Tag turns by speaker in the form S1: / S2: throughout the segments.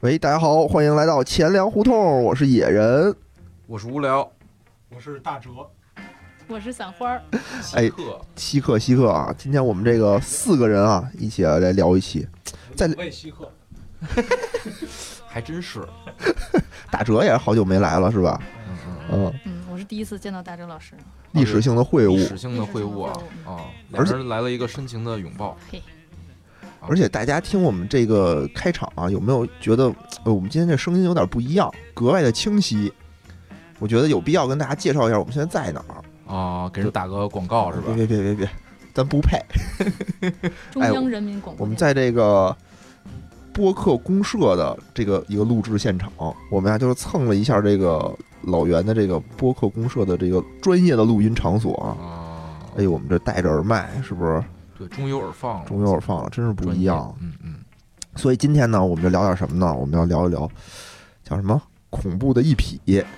S1: 喂，大家好，欢迎来到钱粮胡同，我是野人，
S2: 我是无聊，
S3: 我是大哲，
S4: 我是散花。
S1: 稀客啊！今天我们这个4个人啊，一起来聊一期。
S3: 2位稀客，
S2: 还真是。
S1: 大哲也是好久没来了，是吧？
S4: 我是第一次见到大哲老师。
S1: 历史性的会
S2: 晤啊！
S1: 而且
S2: 来了一个深情的拥抱。
S1: 而且大家听我们这个开场啊，有没有觉得我们今天这声音有点不一样，格外的清晰？我觉得有必要跟大家介绍一下我们现在在哪儿
S2: 啊，给人打个广告是吧？
S1: 别，咱不配。
S4: 中央人民广播、
S1: 我们在这个播客公社的这个一个录制现场，我们就是蹭了一下这个老袁的这个播客公社的这个专业的录音场所啊。哎呦，我们这戴着耳麦，是不是？
S2: 对，中有耳放
S1: 了，真是不一样。所以今天呢，我们就聊点什么呢？我们要聊一聊叫什么恐怖的一匹。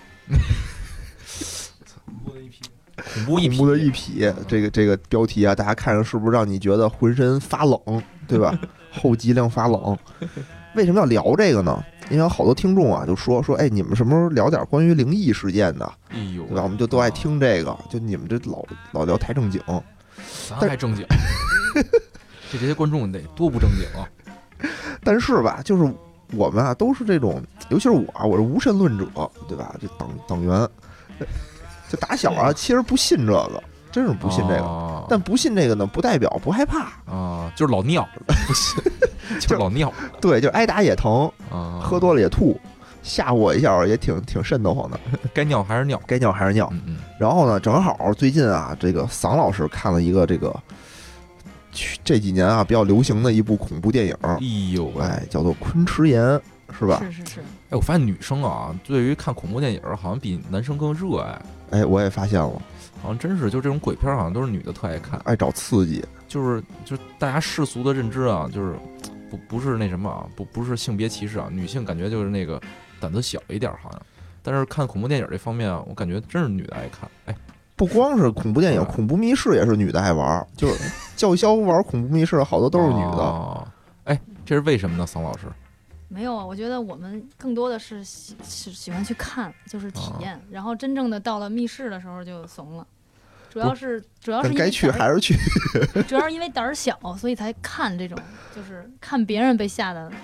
S2: 恐怖的一匹，
S1: 这个标题啊，大家看着是不是让你觉得浑身发冷，对吧？后脊梁发冷。为什么要聊这个呢？因为有好多听众啊，就说，哎，你们什么时候聊点关于灵异事件的？对吧？我们就都爱听这个，就你们这老聊太正经。
S2: 咱还正经，这些观众得多不正经啊！
S1: 但是吧，就是我们啊，都是这种，尤其是我是无神论者，对吧？这党员，就打小啊，其实不信这个，真是不信这个。但不信这个呢，不代表不害怕
S2: 啊，就是老尿，不信，就是老尿。
S1: 对，就是挨打也疼，喝多了也吐。吓我一下也挺瘆得慌的，
S2: 该尿还是尿，
S1: 该尿还是尿。然后呢，正好最近啊，这个桑老师看了一个这几年啊比较流行的一部恐怖电影，叫做《昆池岩》，是吧？
S4: 是。
S2: 我发现女生啊，对于看恐怖电影好像比男生更热爱。
S1: 我也发现了，
S2: 好像真是，就这种鬼片好像都是女的特爱看，
S1: 爱找刺激。
S2: 就是大家世俗的认知啊，就是不是那什么啊，不是性别歧视啊，女性感觉就是那个。胆子小一点好像，但是看恐怖电影这方面啊，我感觉真是女的爱看。
S1: 不光是恐怖电影，恐怖密室也是女的爱玩，就是叫嚣玩恐怖密室好多都是女的。
S2: 这是为什么呢？桑老师？
S4: 没有啊，我觉得我们更多的是喜欢去看，就是体验，然后真正的到了密室的时候就怂了。主要是
S1: 该去还是去，
S4: 主要是因为胆儿小，所以才看这种，就是看别人被吓的。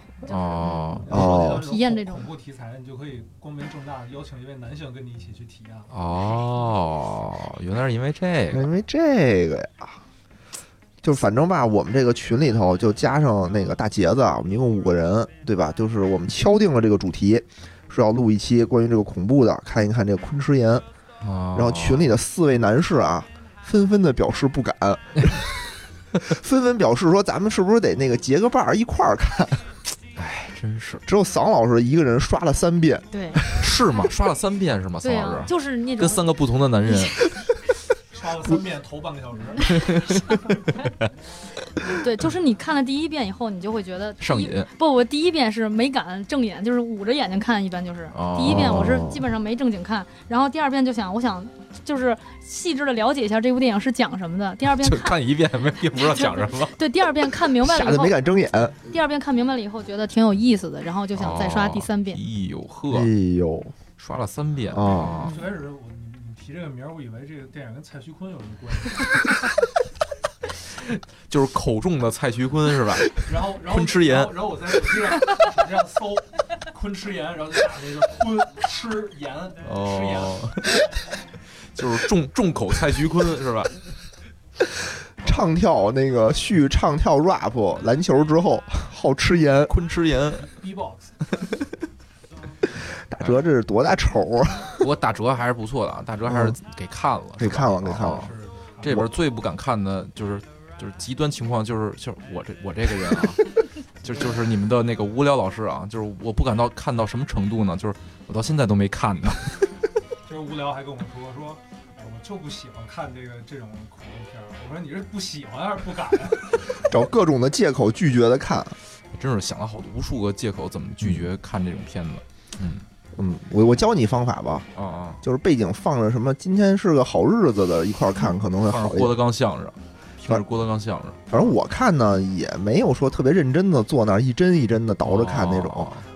S4: 体验这种
S3: 恐怖题材，你就可以光明正大的邀请一位男性跟你一起去体验。
S2: 原来是因为这个，
S1: 呀。就反正吧，我们这个群里头就加上那个大杰子啊，我们一共5个人，对吧？就是我们敲定了这个主题，是要录一期关于这个恐怖的，看一看这个昆池岩。然后群里的4位男士啊，纷纷的表示不敢，纷纷表示说咱们是不是得那个结个伴儿一块儿看。
S2: 真是，
S1: 只有桑老师一个人刷了3遍。
S4: 对，
S2: 是吗？刷了3遍是吗？桑老师
S4: 就是那种
S2: 跟3个不同的男人
S3: 刷了3遍，头半个小时。
S4: 对，就是你看了第1遍以后，你就会觉得
S2: 上瘾。
S4: 我第1遍是没敢正眼，就是捂着眼睛看，一般就是第1遍我是基本上没正经看，然后第2遍我想就是细致的了解一下这部电影是讲什么的。第2遍
S2: 看1遍并不知道讲什么。
S4: 对，第2遍看明白了以后，
S1: 吓得没敢睁眼。
S4: 第2遍看明白了以后，觉得挺有意思的，然后就想再刷第3遍。
S2: 刷了3遍
S3: 啊！最开始你提这个名儿，我以为这个电影跟蔡徐坤有什么关
S2: 系。就是口中的蔡徐坤是吧？
S3: 然后
S2: 昆池岩，
S3: 然后我在手机上这样搜昆池岩，然后就打那个昆吃盐，吃盐，
S2: 就是重口蔡徐坤是吧？
S1: 唱跳那个唱跳 rap 篮球之后好吃盐，
S2: 昆池岩
S3: B-box。
S1: 大哲这是多大仇啊！
S2: 不过大哲还是不错的啊，大哲还是给看了，
S1: 给看了。
S2: 这边最不敢看的就是极端情况，就是我这个人啊，就是你们的那个无聊老师啊，就是我不敢看到什么程度呢？就是我到现在都没看呢。
S3: 就是无聊还跟我说，我就不喜欢看这种恐怖片。我说你是不喜欢还是不敢啊？
S1: 找各种的借口拒绝的看。
S2: 真是想了无数个借口怎么拒绝看这种片子。
S1: 我教你方法吧。就是背景放着什么今天是个好日子的一块看可能会好一点。
S2: 郭德纲相声，听着郭德纲相声。
S1: 反正我看呢也没有说特别认真的坐那儿一帧一帧的倒着看那种。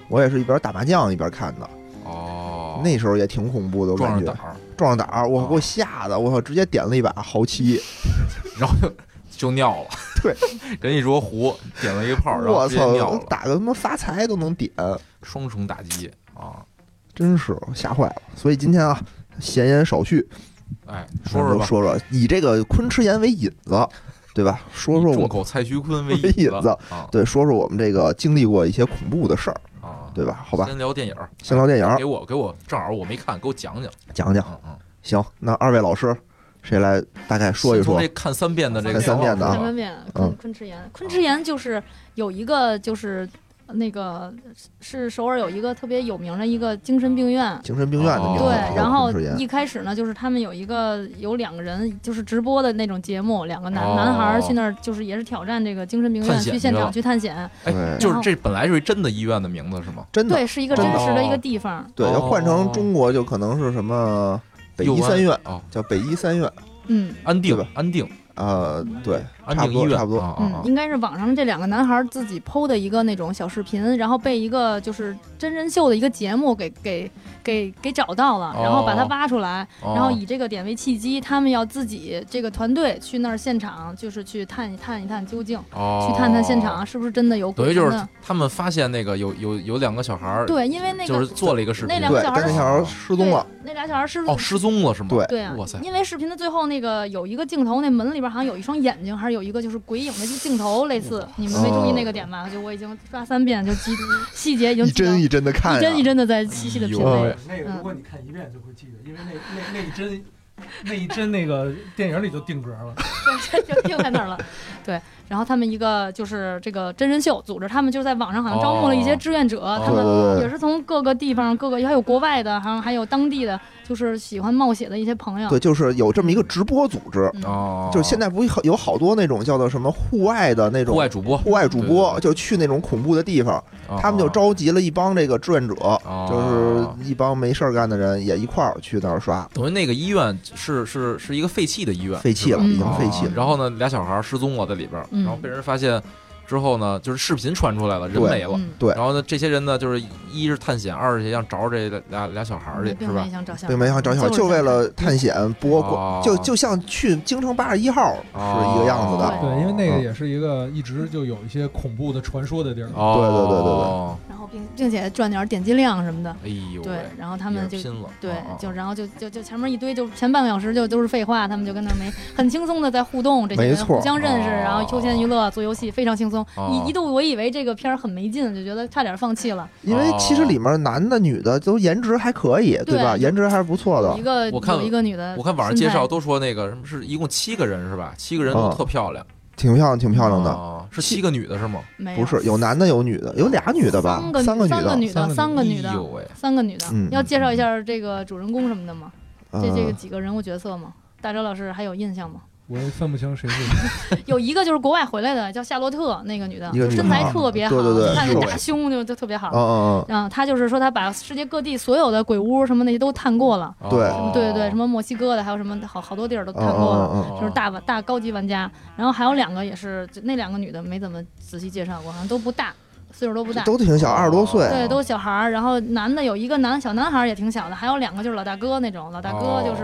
S1: 我也是一边打麻将一边看的。
S2: 哦，
S1: 那时候也挺恐怖的，我感觉撞上胆儿，我给我吓得，我靠，直接点了一把豪七，
S2: 然后就尿了。
S1: 对，
S2: 跟一桌壶点了一个泡，然后
S1: 我
S2: 直接尿
S1: 操，
S2: 了，
S1: 打个他妈发财都能点，
S2: 双重打击啊！
S1: 真是吓坏了。所以今天啊，闲言少叙，
S2: 哎，
S1: 咱
S2: 说吧，
S1: 就说说以这个昆池岩为引子，对吧？说说我
S2: 众口蔡徐坤为
S1: 引子
S2: 啊，
S1: 对，说说我们这个经历过一些恐怖的事儿
S2: 啊，
S1: 对吧？好吧，
S2: 先聊电影，
S1: 先聊电影，
S2: 给我，正好我没看，给我讲讲，
S1: 讲讲。行，那二位老师，谁来大概说一说？
S2: 这看3遍的这个
S1: 看3遍的啊，
S4: 看3遍。昆池岩，昆池岩就是有一个就是。那个是首尔有一个特别有名的一个精神病院，
S1: 精神病院的名字。
S4: 对，然后一开始呢，就是他们有2个人，就是直播的那种节目，2个男孩去那儿，就是也是挑战这个精神病院，去现场去探险。
S2: 哎，就是这本来是真的医院的名字是吗？
S1: 真的，
S4: 对，是一个真实的一个地方。
S1: 对，要换成中国就可能是什么北医3院，叫北医3院。
S2: 安定。
S1: 对，
S2: 安定医院
S1: 差不多。
S4: 应该是网上这2个男孩自己 PO 的一个那种小视频，然后被一个就是真人秀的一个节目给找到了，然后把它挖出来，然后以这个点为契机，他们要自己这个团队去那儿现场，就是去探一探究竟，去探现场是不是真的有鬼。
S2: 等于就是他们发现那个有2个小孩，
S4: 对，因为那个
S2: 就是做了一个视频，
S4: 那2个小孩
S1: 失踪了，
S4: 那俩小孩失
S2: 踪了是吗？
S1: 对
S4: 对啊，
S2: 哇塞！
S4: 因为视频的最后那个有一个镜头，那门里边好像有一双眼睛，还是有一个就是鬼影的一个镜头，类似，你们没注意那个点吧？就我已经刷3遍，就细节已经
S1: 一帧一帧的看，
S4: 一帧一帧的在细细的品味。
S3: 那个如果你看1遍就会记得，因为那一帧那个电影里就定格了，
S4: 就定在那儿了。对，然后他们一个就是这个真人秀组织，他们就在网上好像招募了一些志愿者，他们也是从各个地方、还有国外的，还有当地的，就是喜欢冒险的一些朋友。
S1: 对，就是有这么一个直播组织，就是现在不有好多那种叫做什么户外的那种户外主播，就去那种恐怖的地方，他们就召集了一帮这个志愿者，就是一帮没事干的人也一块儿去那儿刷。
S2: 等于那个医院是一个废弃的医院，
S1: 废弃了，已经废弃了。
S2: 然后呢，俩小孩失踪了在里边，然后被人发现之后呢，就是视频传出来了，人没了。
S1: 对，
S2: 然后呢，这些人呢，就是一是探险，二是想找这俩小孩去，是吧？
S1: 并没想找小孩，就为了探险播过，就像去京城81号是一个样子的。
S3: 对，因为那个也是一个一直就有一些恐怖的传说的地儿。
S1: 对。
S4: 然后并且赚点点击量什么的。
S2: 哎呦，
S4: 对，然后他们就
S2: 拼了。
S4: 对，然后就前面一堆，就前半个小时就都是废话，他们就跟那很轻松的在互动，这些人互相认识，然后休闲娱乐做游戏，非常轻松。一度我以为这个片儿很没劲，就觉得差点放弃了。
S1: 因为其实里面男的女的都颜值还可以，对吧？颜值还是不错的。
S4: 有一个女的，
S2: 我看网上介绍都说那个什么是一共7个人是吧？7个人都特漂亮，
S1: 挺漂亮的。
S2: 是7个女的是吗？
S1: 不是，有男的有女的，有俩女的吧？3个女的
S4: ，3个女的，3个女的。要介绍一下这个主人公什么的吗？这个几个人物角色吗？大周老师还有印象吗？
S3: 我分不清谁是。
S4: 有一个就是国外回来的，叫夏洛特，那个女的，身材特别好，看着大胸就特别好。然后她就是说，她把世界各地所有的鬼屋什么那些都探过了。对，什么墨西哥的，还有什么好多地儿都探过了，就是大高级玩家。然后还有2个也是，那2个女的没怎么仔细介绍过，好像都不大。岁数都不大，
S1: 都挺小，20多岁。
S4: 对，都是小孩儿。然后男的有一个小男孩也挺小的，还有2个就是老大哥那种。老大哥就是，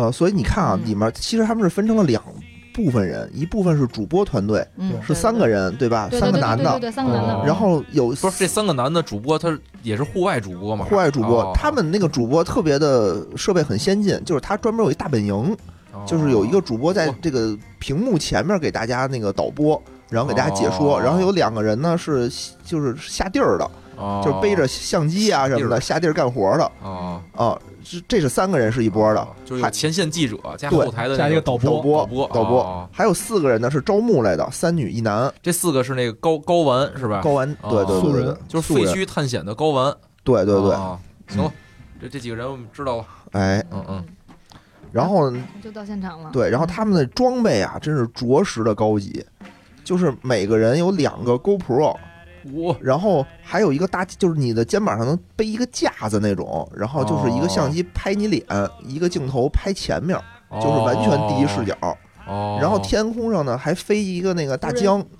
S1: 所以你看啊，里面其实他们是分成了2部分人，一部分是主播团队，是3个人，对吧？3个男的，
S4: 对，3个男的。
S1: 然后
S2: 不是这3个男的主播，他也是户外主播嘛？
S1: 户外主播，他们那个主播特别的设备很先进，就是他专门有一大本营，就是有一个主播在这个屏幕前面给大家那个导播。然后给大家解说，然后有2个人呢就是下地儿的，就是背着相机啊什么的下地儿干活的。这是3个人是一波的，
S2: 就是有前线记者加后台的
S3: 加一个导
S1: 播，还有4个人呢是招募来的，3女1男。
S2: 这4个是那个高玩是吧？
S1: 高玩，对，
S2: 就是废墟探险的高玩。
S1: 对。
S2: 行了，这几个人我们知道了。
S1: 哎，然后
S4: 就到现场了。
S1: 对，然后他们的装备啊，真是着实的高级。就是每个人有2个 GoPro，然后还有一个就是你的肩膀上能背一个架子那种，然后就是一个相机拍你脸，一个镜头拍前面，就是完全第一视角。然后天空上呢还飞一个那个大江，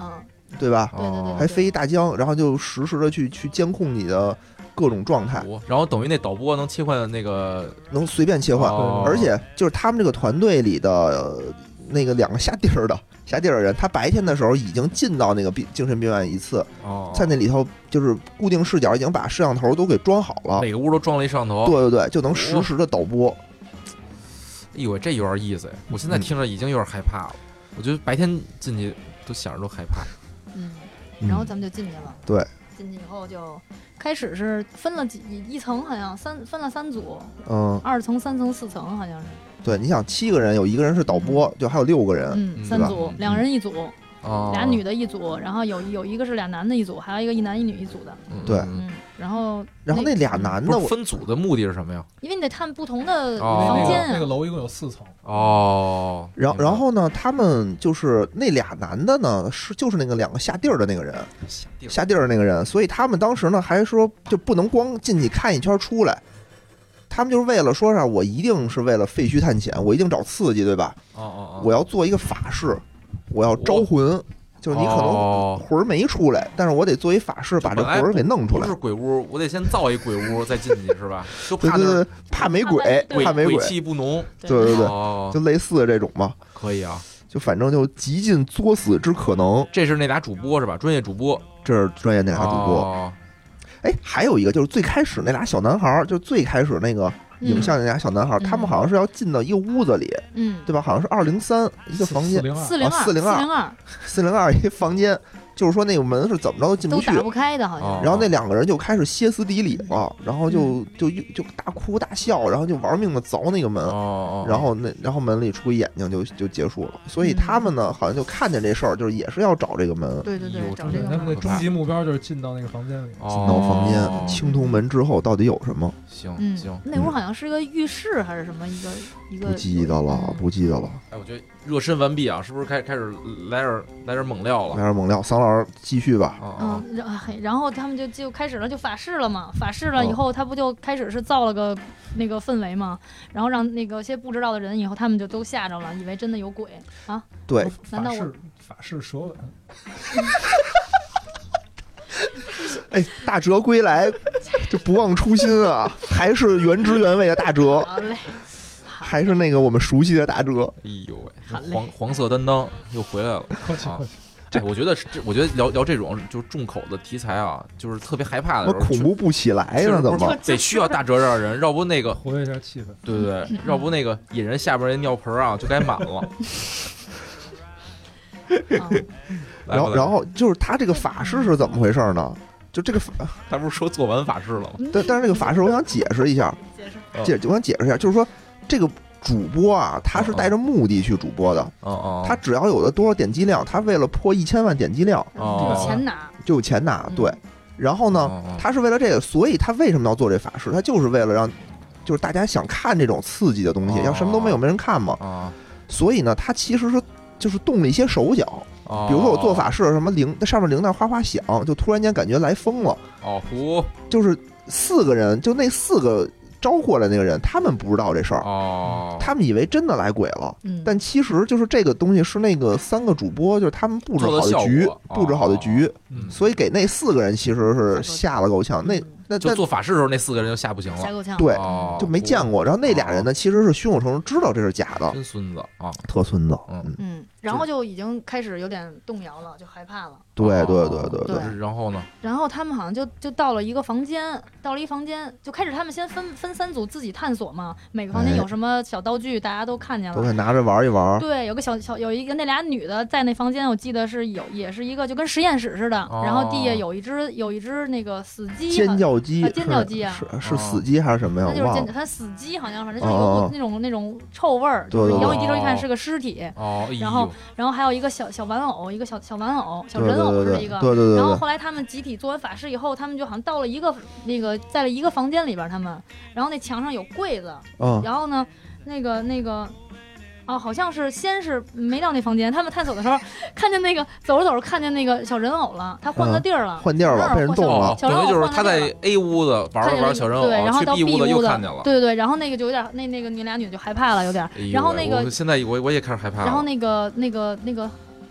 S1: 对吧？
S4: 对，
S1: 还飞大疆，然后就实时的去监控你的各种状态，
S2: 然后等于那导播能切换那个，
S1: 能随便切换，而且就是他们这个团队里的那个2个下地儿的人，他白天的时候已经进到那个精神病院一次，在那里头就是固定视角，已经把摄像头都给装好了，
S2: 每个屋都装了一摄像头，
S1: 对，就能实时的导播。
S2: 哎呦，这有点意思哎！我现在听着已经有点害怕了，我觉得白天进去都想着都害怕。
S4: 然后咱们就进去了。
S1: 对，
S4: 进去以后就开始是分了一层，好像分了3组，2层、3层、4层，好像是。
S1: 对，你想7个人，有1个人是导播，就还有6个人
S4: ，3组，2人一组，2女的一组，然后有一个是2男的一组，还有一个1男1女一组的。
S1: 对，
S4: 然后
S1: 那2男的
S2: 分组的目的是什么呀？
S4: 因为你得看不同的房间
S3: 那个楼一共有4层。
S1: 然后呢，他们就是那2男的呢，就是那个2个下地儿的那个人，下地儿那个人，所以他们当时呢还说就不能光进去看一圈出来。他们就是为了说我一定是为了废墟探险，我一定找刺激，对吧？我要做一个法事，我要招魂，就是你可能魂没出来，但是我得做一法事把这魂给弄出来。
S2: 不是鬼屋，我得先造一鬼屋再进去，是吧？就
S1: 怕没鬼，怕没鬼
S2: 气不浓。
S1: 对，就类似这种嘛。
S2: 可以啊，
S1: 就反正就极尽作死之可能。
S2: 这是那俩主播是吧？专业主播，
S1: 这是专业那俩主播。哎，还有一个就是最开始那俩小男孩，就最开始那个影像那俩小男孩，他们好像是要进到一个屋子里，对吧？好像是203一个房间，402一房间。就是说那个门是怎么着都进不去，
S4: 都打不开的，好像。
S1: 然后那2个人就开始歇斯底里了，然后就大哭大笑，然后就玩命的凿那个门，然后门里出一眼睛就结束了。所以他们呢，好像就看见这事儿，就是也是要找这个门。
S4: 对，找这个门。
S3: 他们的终极目标就是进到那个房间里，
S1: 进到房间，青铜门之后到底有什么？
S2: 行，
S4: 那屋好像是个浴室还是什么一个？
S1: 不记得了。
S2: 哎，我觉得热身完毕啊，是不是开始来点猛料了？
S1: 来点猛料，桑老师继续吧。
S4: 然后他们就开始了，就法事了嘛。法事了以后，他不就开始是造了个那个氛围嘛，然后让那个些不知道的人以后他们就都吓着了，以为真的有鬼啊。
S1: 对，
S4: 难道
S3: 法事舌吻？
S1: 哎，大哲归来就不忘初心啊，还是原汁原味的大哲。
S4: 好嘞。
S1: 还是那个我们熟悉的大哲。
S2: 哎呦喂，黄色担当又回来了。我觉得聊这种就是重口的题材啊，就是特别害怕的时候，
S1: 恐怖不起来了，怎么
S2: 得需要大哲这样人，要不那个
S3: 活跃一下气氛。
S2: 对，要不那个引人下边那尿盆啊就该满了。
S1: 然后就是他这个法事是怎么回事呢？就这个
S2: 他不是说做完法事了吗？
S1: 但是这个法事我想解释一下，我想解释一下，就是说这个主播啊，他是带着目的去主播的。他只要有了多少点击量，他为了破1000万点击量，就有钱拿。对，然后呢，他是为了这个，所以他为什么要做这法事？他就是为了让，就是大家想看这种刺激的东西，要什么都没有，没人看嘛。所以呢，他其实是就是动了一些手脚。比如说我做法事，什么上面铃铛哗哗响，就突然间感觉来风了。就是4个人，就那4个招过来那个人，他们不知道这事儿，他们以为真的来鬼了。但其实就是这个东西是那个3个主播，就是他们布置好的局，所以给那4个人其实是吓了够呛。那
S2: 就做法事的时候，那4个人就吓不行了，
S1: 对，就没见过。然后那俩人呢，其实是胸有成竹，知道这是假的，
S2: 真孙子啊，
S1: 特孙子。
S4: 然后就已经开始有点动摇了，就害怕了。
S1: 对。
S2: 然后呢？
S4: 然后他们好像就到了一房间，就开始他们先分3组自己探索嘛。每个房间有什么小道具，大家都看见了，
S1: 都可以拿着玩一玩。
S4: 对，有一个那俩女的在那房间，我记得是也是一个就跟实验室似的，然后地下有一只那个死鸡，
S1: 尖叫鸡
S4: 啊，
S1: 是死鸡还是什么呀？
S4: 那就是它死鸡，好像反正就是有那种臭味儿，就是摇一低头一看是个尸体。然后还有一个小玩偶，一个小玩偶，小人偶是一个。
S1: 对。
S4: 然后后来他们集体做完法事以后，他们就好像到了在了一个房间里边，他们，然后那墙上有柜子，然后呢，那个。好像是先是没到那房间，他们探索的时候看见那个走着看见那个小人偶了，他换地儿了，
S1: 被人动了。
S2: 等于就是他在 A 屋子玩小人偶，
S4: 对，然后到
S2: B 屋子又看见了，
S4: 对，然后那个就有点那个你俩女就害怕了，有点，然后那个
S2: 现在我也开始害怕了。
S4: 然后那个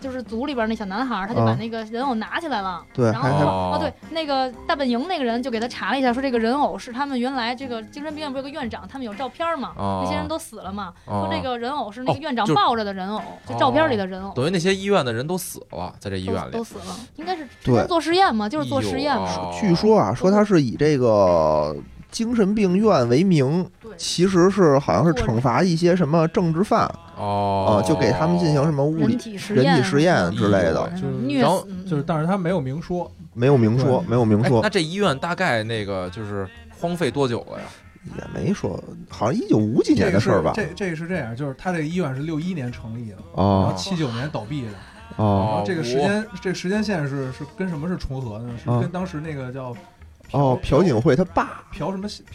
S4: 就是组里边那小男孩，他就把那个人偶拿起来了。
S1: 对，
S4: 然后对，那个大本营那个人就给他查了一下，说这个人偶是他们原来这个精神病院不是有个院长，他们有照片嘛，那些人都死了嘛，说这个人偶是那个院长抱着的人偶，就照片里的人偶。
S2: 等于那些医院的人都死了，在这医院里
S4: 都死了，应该是之前做实验嘛，就是做实验嘛。
S1: 据说啊，说他是以这个精神病院为名，其实是好像是惩罚一些什么政治犯就给他们进行什么人体实验之类的，
S3: 然后就是，但是他没有明说，
S1: 没有明说。
S2: 那这医院大概那个就是荒废多久了呀？
S1: 也没说，好像1950几年的事儿吧。
S3: 这个是这样，就是他这个医院是61年成立的，然后79年倒闭的。然后这个时间线是跟什么是重合的呢？是跟当时那个叫
S1: 朴槿惠他爸
S3: 朴正熙，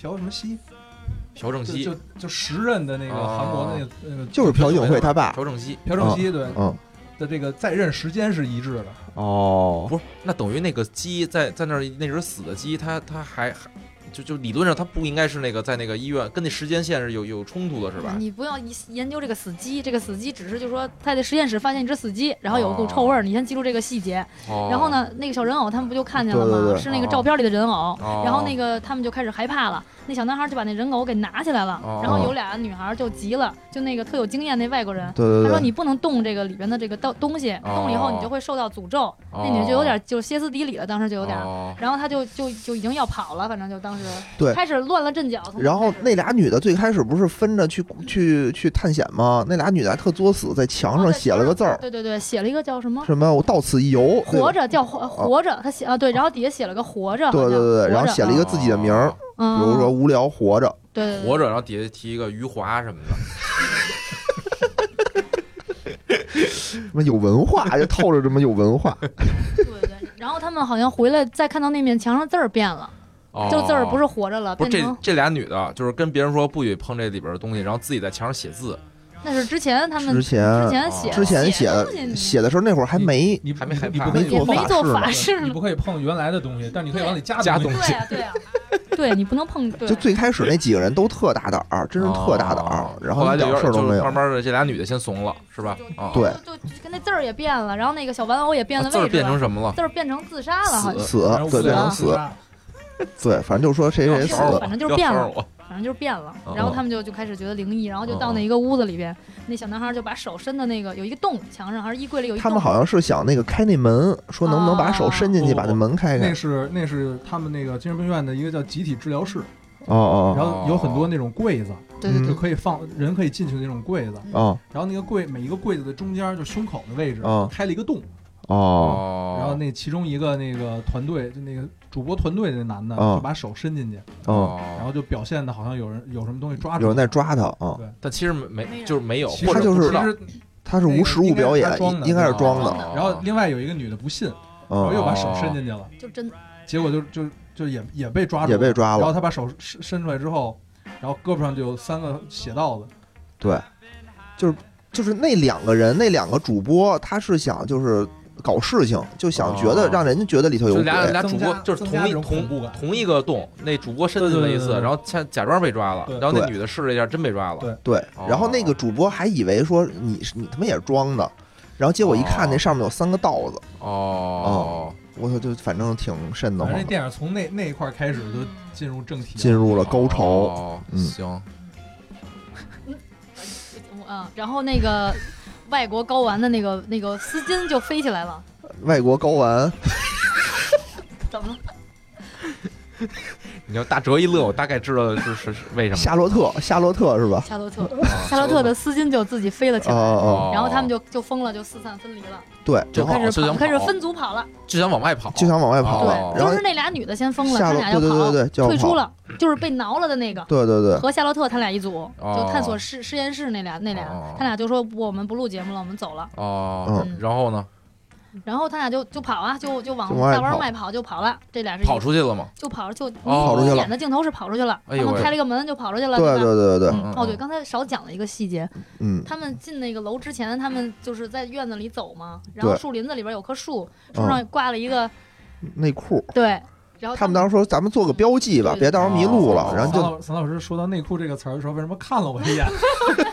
S3: 就时任的那个韩国的那个
S1: 就是朴槿惠他爸
S3: 朴正熙对的这个在任时间是一致的。
S2: 不是，那等于那个鸡在那儿那只死的鸡，它还。就理论上，它不应该是那个在那个医院跟那时间线是有冲突的，是吧？
S4: 你不要研究这个死鸡，这个死鸡只是就说他在实验室发现一只死鸡，然后有一股臭味儿，你先记住这个细节。然后呢，那个小人偶他们不就看见了吗？是那个照片里的人偶。然后那个他们就开始害怕了，那小男孩就把那人偶给拿起来了。然后有俩女孩就急了，就那个特有经验那外国人，他说你不能动这个里边的这个东西，动了以后你就会受到诅咒。那女的就有点就歇斯底里了，当时就有点，然后他就已经要跑了，反正就当时。
S1: 对，
S4: 开始乱了阵脚。
S1: 然后那俩女的最开始不是分着去探险吗？那俩女的还特作死，在墙上写了个字儿。
S4: 对，写了一个叫什么？
S1: 我到此一游，
S4: 活着叫活着，他写对，然后底下写了个活着。
S1: 对，然后写了一个自己的名儿，比如说无聊活着，
S4: 对，
S2: 活着，然后底下提一个余华什么
S1: 的。什么有文化，就透着这么有文化。
S4: 对，然后他们好像回来再看到那面墙上字儿变了。就字儿不是活着了，
S2: 不是这俩女的，就是跟别人说不许碰这里边的东西，然后自己在墙上写字。
S4: 那是之前他们
S1: 之前写的时候，那会儿还没
S2: 你还没害怕，
S1: 没
S4: 做法事，
S3: 你不可以碰原来的东西，但你可以往里加
S2: 东西。
S4: 对啊，对你不能碰。
S1: 就最开始那几个人都特大胆儿，真是特大胆儿，然后
S2: 一
S1: 点事儿都没有。
S2: 慢慢的，这俩女的先怂了，是吧？
S1: 对，
S4: 就跟那字儿也变了，然后那个小玩偶也变了位置了。
S2: 字变成什么了？
S4: 字儿变成自杀了，好像
S1: 死，对，变成死。对，反正就说谁死，
S4: 反正就是变了，然后他们就开始觉得灵异，然后就到那一个屋子里边，那小男孩就把手伸的那个有一个洞，墙上还是衣柜里有一个洞。
S1: 他们好像是想那个开那门，说能不能把手伸进去，把那门开开。
S3: 那是他们那个精神病院的一个叫集体治疗室。
S1: 然
S3: 后有很多那种柜子，
S4: 对，
S3: 就可以放人可以进去的那种柜子。然后那个每一个柜子的中间就胸口的位置开了一个洞。然后那其中一个那个团队，就那个主播团队的那男的，就把手伸进去，然后就表现的好像有什么东西抓住，
S1: 有人在抓他
S3: 对，
S2: 但其实就是没有，
S1: 他就是他是无实物表演，应该是装的。
S3: 然后另外有一个女的不信，然后又把手伸进去了，
S4: 就真，
S3: 结果就也被抓住，
S1: 也被抓了。
S3: 然后他把手伸出来之后，然后胳膊上就有3个血道子。
S1: 对，就是那两个人，那2个主播，他是想就是搞事情，就想觉得让人家觉得里头有鬼。
S2: 俩主播就是同一个洞，那主播伸进了一次，然后假装被抓了，然后那女的试了一下，真被抓了。
S1: 对，然后那个主播还以为说你他妈也是装的，然后结果一看那上面有3个道子。我操，就反正挺瘆得慌。
S3: 这电影从那一块开始就进入正题，
S1: 进入了高潮。
S2: 行。
S4: 然后那个外国睾丸的那个丝巾就飞起来了。
S1: 外国睾丸
S4: 怎么了？
S2: 你要大哲一乐，我大概知道是为什么。
S1: 夏洛特是吧？
S4: 夏洛特的丝巾就自己飞了起来，然后他们就疯了，就四散分离了。
S1: 对，
S4: 就开始分组跑了，
S2: 就想往外跑。
S1: 对，
S4: 就是那俩女的先疯了，他俩就跑，退出了，就是被挠了的那个。
S1: 对，
S4: 和夏洛特他俩一组，就探索实验室那俩，他俩就说我们不录节目了，我们走了。
S2: 然后呢？
S4: 然后他俩就跑啊，就往大弯外跑，就跑了。这俩是
S2: 跑出去了吗？
S4: 就跑出
S1: 去了。
S4: 演的镜头是跑出去了，他们开了一个门就跑出去了。
S1: 对。
S4: 对，刚才少讲了一个细节。他们进那个楼之前，他们就是在院子里走嘛，然后树林子里边有棵树，树上挂了一个
S1: 内裤。
S4: 对。然后
S1: 他们当时说咱们做个标记吧，别到时候迷路了。然后
S3: 桑老师说到内裤这个词儿的时候，为什么看了我一眼？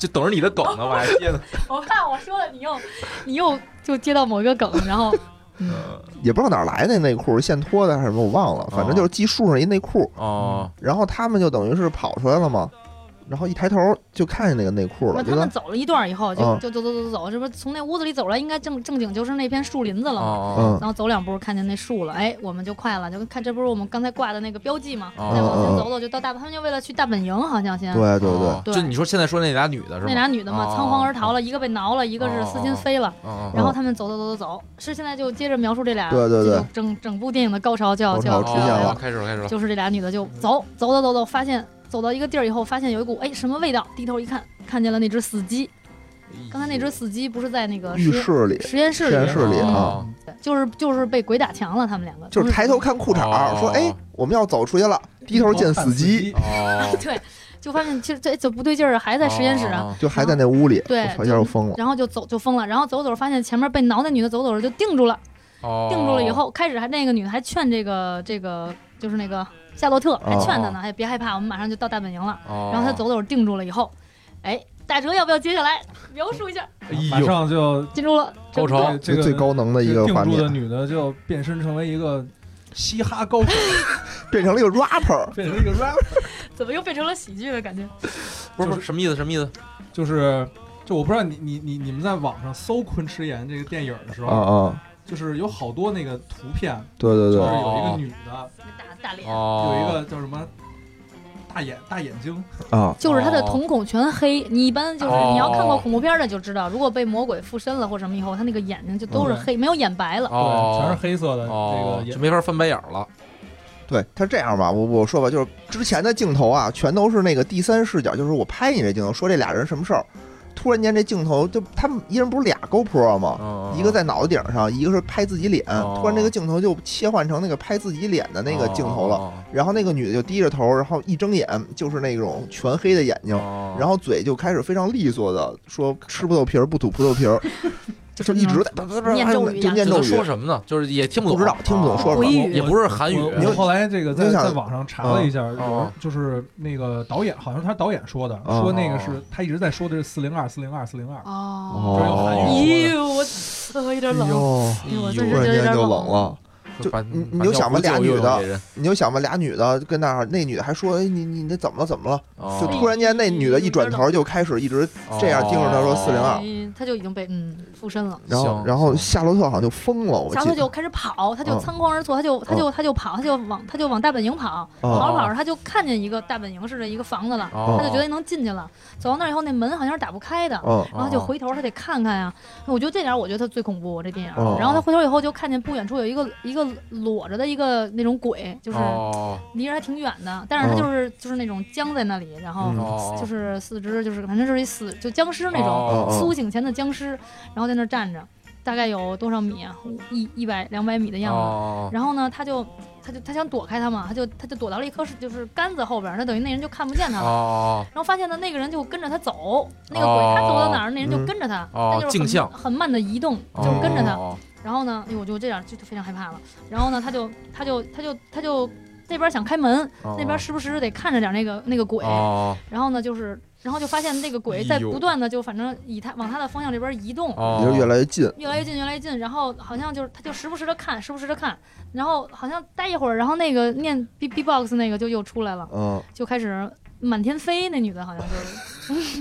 S2: 就等着你的梗呢，我还接呢。
S4: 我怕我说了，你又就接到某一个梗，然后
S1: 也不知道哪来的内裤，现脱的还是什么我忘了，反正就是系树上一内裤然后他们就等于是跑出来了嘛。然后一抬头就看见那个内裤了。
S4: 他们走了一段以后，就走，这不从那屋子里走来，应该正经就是那片树林子了嘛。然后走2步看见那树了，哎，我们就快了，就看这不是我们刚才挂的那个标记吗？再往前走就到他们就为了去大本营，好像先。
S1: 对。
S2: 就你说现在说那俩女的是吗？
S4: 那俩女的嘛，仓皇而逃了，一个被挠了，一个是撕心飞了。然后他们走，是现在就接着描述这俩。
S1: 对。
S4: 整部电影的高潮就要
S1: 出现了，
S2: 开始了。
S4: 就是这俩女的就走，发现。走到一个地儿以后，发现有一股什么味道？低头一看，看见了那只死鸡。刚才那只死鸡不是在那个
S1: 浴室里、
S4: 实验室里啊，就是被鬼打墙了。他们两个
S1: 就是抬头看裤衩，说：“哎，我们要走出去了。”低头见死鸡。
S4: 对，就发现其实这不对劲儿，还在实验室啊，
S1: 就还在那屋里。
S4: 对，
S1: 一下就疯了。
S4: 然后就疯了，然后走发现前面被挠那女的走着就定住了。定住了以后，开始还那个女的还劝这个就是那个。夏洛特还劝他呢，别害怕，我们马上就到大本营了。然后他走定住了以后，大哲要不要接下来描述一下？
S3: 马上就
S4: 进入了
S2: 高潮，
S1: 这个最高能的一个画面。
S3: 定住的女的就变身成为一个嘻哈高手，
S1: 变成了一个 rapper，
S4: 怎么又变成了喜剧的感觉？
S2: 不是什么意思？
S3: 就我不知道你们在网上搜昆池岩这个电影的时候就是有好多那个图片，
S1: 对，
S3: 就是有一个女的。
S4: 大脸，
S3: 有一个叫什么大眼睛
S4: 就是他的瞳孔全黑。你一般就是你要看过恐怖片的就知道，如果被魔鬼附身了或什么以后，他那个眼睛就都是黑，没有眼白了，
S3: 对，全是黑色的，这个
S2: 就没法翻白眼了。
S1: 对，他这样吧，我说吧，就是之前的镜头啊，全都是那个第三视角，就是我拍你这镜头，说这俩人什么事儿。突然间这镜头就他们一人不是俩 GoPro 吗？一个在脑袋顶上，一个是拍自己脸。突然这个镜头就切换成那个拍自己脸的那个镜头了。然后那个女的就低着头，然后一睁眼就是那种全黑的眼睛，然后嘴就开始非常利索的说吃葡萄皮儿不吐葡萄皮儿。就一直在
S4: 念咒语，
S1: 就念咒语
S2: 说什么呢？就是也听不懂，
S1: 听不懂说什么，
S2: 也不是韩语。
S3: 我后来这个在网上查了一下，就是那个导演，好像他导演说的，说那个是他一直在说的是402。
S4: 哦，
S3: 这有韩语。
S4: 哎呦，我有点冷，
S1: 我突然间就冷了。就你就想吧，俩女的，你就想吧，俩女的跟那儿，那女的还说，哎，你那怎么了？就突然间那女的一转头就开始一直这样盯着他说402，
S4: 他就已经被附身了。
S1: 然后夏洛特好像就疯了，
S4: 夏洛特就开始跑，他就仓皇而错，他就跑，他就往大本营跑，跑着他就看见一个大本营似的一个房子了，他就觉得能进去了。走到那儿以后，那门好像是打不开的，然后就回头他得看看呀。我觉得这点我觉得他最恐怖这电影。然后他回头以后就看见不远处有一个裸着的一个那种鬼，就是离着还挺远的，但是他就是那种僵在那里，然后就是四肢就是反正就是一死就僵尸那种苏醒前的僵尸，然后在那站着，大概有多少米啊？100-200米的样子。然后呢，他想躲开他嘛，他就躲到了一棵就是杆子后边，他等于那人就看不见他了。然后发现呢，那个人就跟着他走，那个鬼他走到哪儿，那人就跟着他，他就是很慢的移动，就是跟着他。然后呢，我就这样就非常害怕了。然后呢，他就那边想开门，那边时不时得看着点那个鬼。然后呢，然后就发现那个鬼在不断的就反正往他的方向这边移动，
S1: 就越来越近。
S4: 然后好像他就时不时的看，然后好像待一会儿，然后那个念 B-box 那个就又出来了，就开始满天飞。那女的好像就是，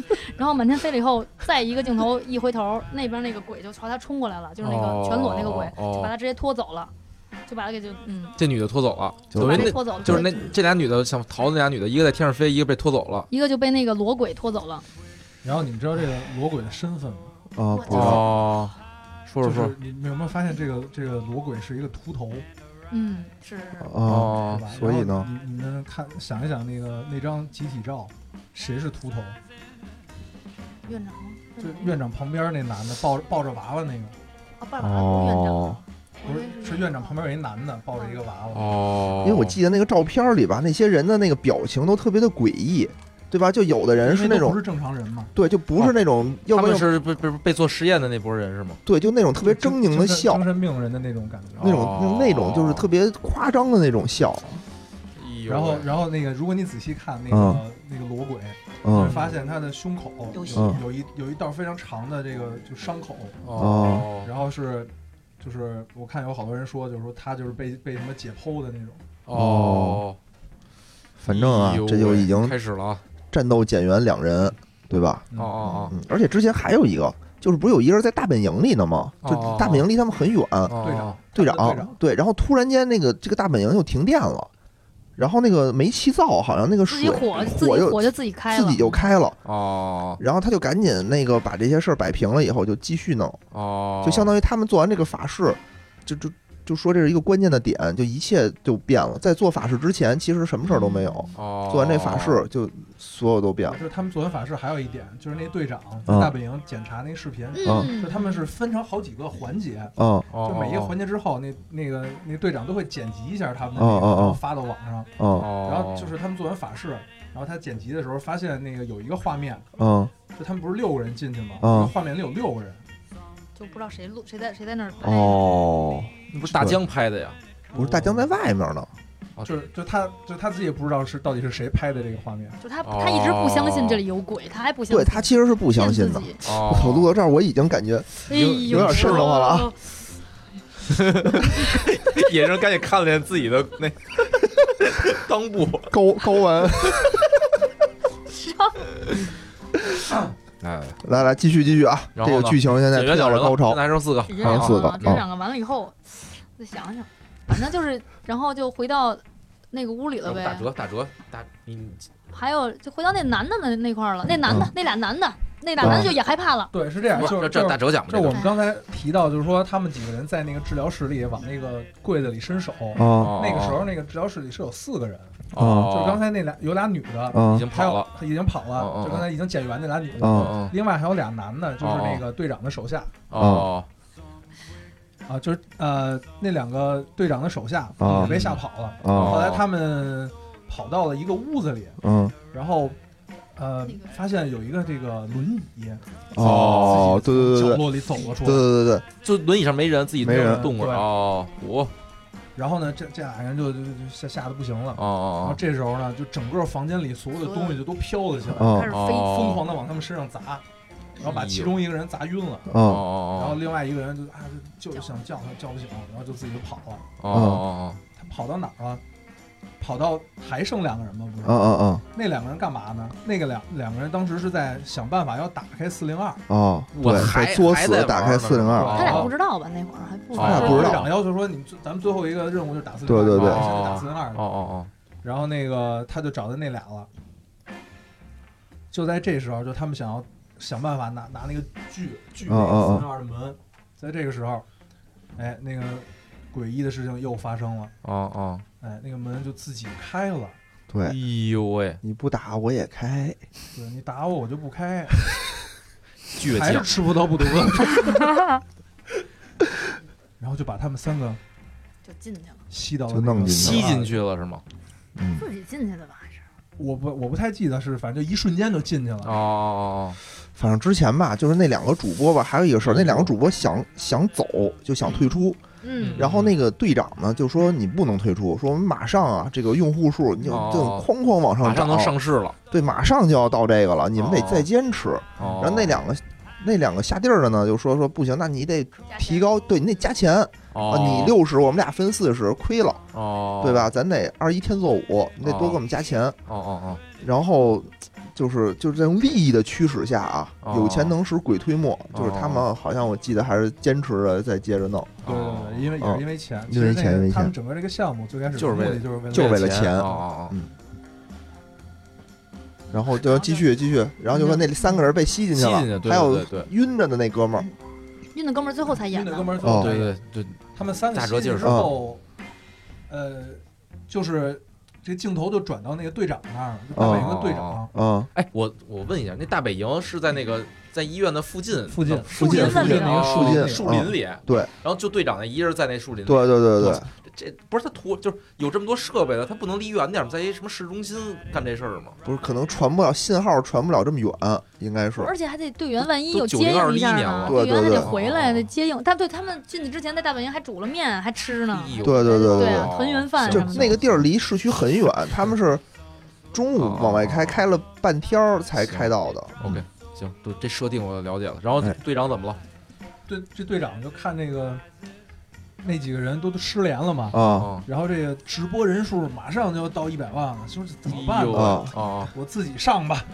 S4: 然后满天飞了以后，再一个镜头一回头，那边那个鬼就朝他冲过来了，就是那个全裸那个鬼，就把他直接拖走了。就把他给
S2: 这女的拖走了，等于
S4: 拖走了，
S2: 就是这俩女的想逃的那俩女的，一个在天上飞，一个被拖走了，
S4: 一个就被那个裸鬼拖走了。
S3: 然后你们知道这个裸鬼的身份吗？
S1: 不知道。
S2: 说，
S3: 你有没有发现这个裸鬼是一个秃头？
S4: 是
S1: 所以呢，
S3: 你们想一想那张集体照，谁是秃头？
S4: 院长吗？
S3: 就院长旁边那男的抱着娃娃那个。
S4: 抱着娃娃院长。
S3: 不是院长旁边有一男的抱着一个娃
S1: 娃。因为我记得那个照片里吧，那些人的那个表情都特别的诡异，对吧？就有的人是那种
S3: 不是正常人嘛，
S1: 对，就不是那种，
S2: 他们是不被做实验的那波人是吗？
S1: 对，就那种特别狰狞的笑，
S3: 精神病人的那种感觉，
S1: 那种就是特别夸张的那种笑。
S3: 然后那个，如果你仔细看那个裸鬼， 会发现他的胸口有一道非常长的这个就伤口然后就是我看有好多人说，就是说他就是被什么解剖的那种
S1: 反正啊，这就已经
S2: 开始了，
S1: 战斗减员2人，对吧？而且之前还有一个，就是不是有一个人在大本营里呢吗？就大本营离他们很远，队长对，然后突然间这个大本营又停电了。然后那个煤气灶好像那个水
S4: 火就自己开了，
S1: 自己就开了然后他就赶紧把这些事儿摆平了以后就继续弄就相当于他们做完这个法事，就说这是一个关键的点，就一切就变了。在做法事之前，其实什么事儿都没有。做完这法事，就所有都变了。
S3: 就是他们做完法事，还有一点，就是那队长在大本营检查那视频，就他们是分成好几个环节，就每一个环节之后，那队长都会剪辑一下他们的然后发到网上。然后就是他们做完法事，然后他剪辑的时候发现那个有一个画面，就他们不是6个人进去吗？画面里有6个人。
S4: 就不知道谁在那儿拍
S2: 那不是大江拍的呀？
S1: 不是大江在外面呢，
S3: 就他自己也不知道到底是谁拍的这个画面。
S4: 就他一直不相信这里有鬼，他还不相信。
S1: 对他其实是不相信的。我录到这儿，我已经感觉有点瘆得慌了啊！
S2: 野人赶紧看了眼自己的那裆部
S1: 睾丸。来继续啊！这个剧情现在到了高潮，
S2: 还剩4个，
S4: 还剩4个。这2个完了以后，再想想，反正就是，然后就回到那个屋里了呗。
S2: 打折，
S4: 还有就回到那男的那块儿了。那俩男的就也害怕了。
S3: 对，是这样，就是
S2: 这打折奖。
S3: 这我们刚才提到，就是说他们几个人在那个治疗室里往那个柜子里伸手。那个时候那个治疗室里是有4个人。就是刚才有俩女的，
S2: 已经跑了，
S3: 就刚才已经减员那俩女的，另外还有俩男的，就是那个队长的手下。就是那2个队长的手下也被吓跑了。后来他们跑到了一个屋子里，然后发现有一个这个轮椅，
S1: 对，
S3: 角落里走了出来，
S1: 对，
S2: 就轮椅上没人，自己没人动
S3: 过然后呢，这俩人就吓得不行了。然后这时候呢，就整个房间里所有的东西就都飘了起来，
S4: 开始飞，
S3: 疯狂的往他们身上砸，然后把其中一个人砸晕了。然后另外一个人就想叫他，叫不醒，然后就自己就跑了。他跑到哪儿了？跑到还剩2个人吗？不是。那2个人干嘛呢？那个两个人当时是在想办法要打开402。
S1: 对，在作死打开402。
S4: 他俩不知道吧？那会儿还不知道。
S3: 队长要求说，咱们最后一个任务就是打402。
S1: 对，
S3: 现在打402。然后那个他就找到那俩了。就在这时候，就他们想办法拿那个锯402的门。在这个时候，那个诡异的事情又发生了。那个门就自己开了。
S1: 对，
S2: 哎呦喂，
S1: 你不打我也开。
S3: 对，你打我就不开。
S2: 倔强，
S3: 还是吃不到不得。然后就把他们3个
S4: 就进去了，
S3: 吸到了，
S1: 就弄
S2: 吸进去了是吗？
S4: 自己进去的吧？还是
S3: 我不太记得，是反正就一瞬间就进去了。
S1: 反正之前吧，就是那2个主播吧，还有一个事儿，那2个主播想走，就想退出。然后那个队长呢就说你不能退出，说我们马上啊，这个用户数你就哐哐往上涨，
S2: 马上能上市了。
S1: 对，马上就要到这个了，你们得再坚持。然后那两个下地儿的呢就说不行，那你得提高，对你得加钱你60，我们俩分40，亏了，对吧？咱得21天做5，你得多给我们加钱。然后就是这种利益的驱使下啊，有钱能使鬼推磨，就是他们好像我记得还是坚持着再接着弄。
S3: 对，因为钱，
S1: 因为钱，
S3: 他们整个这个项目最开始
S2: 就是
S1: 为了钱。然后就要继续，然后就说那3个人被吸进去了，还有晕着的那哥们儿，
S4: 晕的哥们儿最后才演的。
S3: 晕的哥们儿最后
S2: 对，
S3: 他们3个吸进去之后，就是这镜头就转到那个队长那儿了，就大本营的队长。
S2: 我问一下，那大北营是在那个在医院的附近
S3: 那个
S1: 树
S2: 林里，
S1: 对，
S2: 然后就队长那一人在那树林里。
S1: 对。
S2: 这不是他就是有这么多设备了，他不能离远点，在一什么市中心干这事儿吗？
S1: 不是，可能传不了信号，传不了这么远，应该是。
S4: 而且还得队员万一有接应一下呢，队员还得回来得接应。但对他们进去之前，在大本营还煮了面，还吃呢。
S1: 对，
S4: 团圆饭。
S1: 就那个地儿离市区很远，他们是中午往外开，开了半天才开到的。
S2: OK， 行，这设定我了解了。然后队长怎么了？
S3: 这队长就看那几个人都失联了嘛然后这个直播人数马上就要到100万了，说怎么办呢？我自己上吧。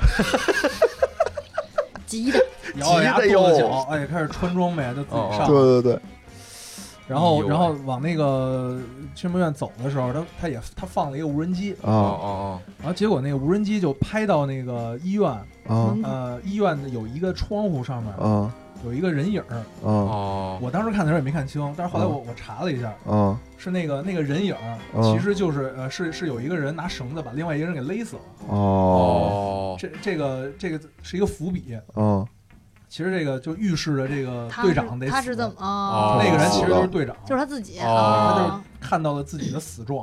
S4: 急的，
S3: 咬牙跺着脚，哎，开始穿装备，就自己上。
S1: 对。
S3: 然后往那个驱魔院走的时候，他放了一个无人机然后结果那个无人机就拍到那个医院医院的有一个窗户上面有一个人影我当时看的时候也没看清，但是后来我查了一下是那个人影其实就是是有一个人拿绳子把另外一个人给勒死了这个是一个伏笔其实这个就预示着这个队长得死，
S4: 他是怎么
S3: 那个人其实就是队长，
S4: 就是他自己
S3: 他就是看到了自己的死状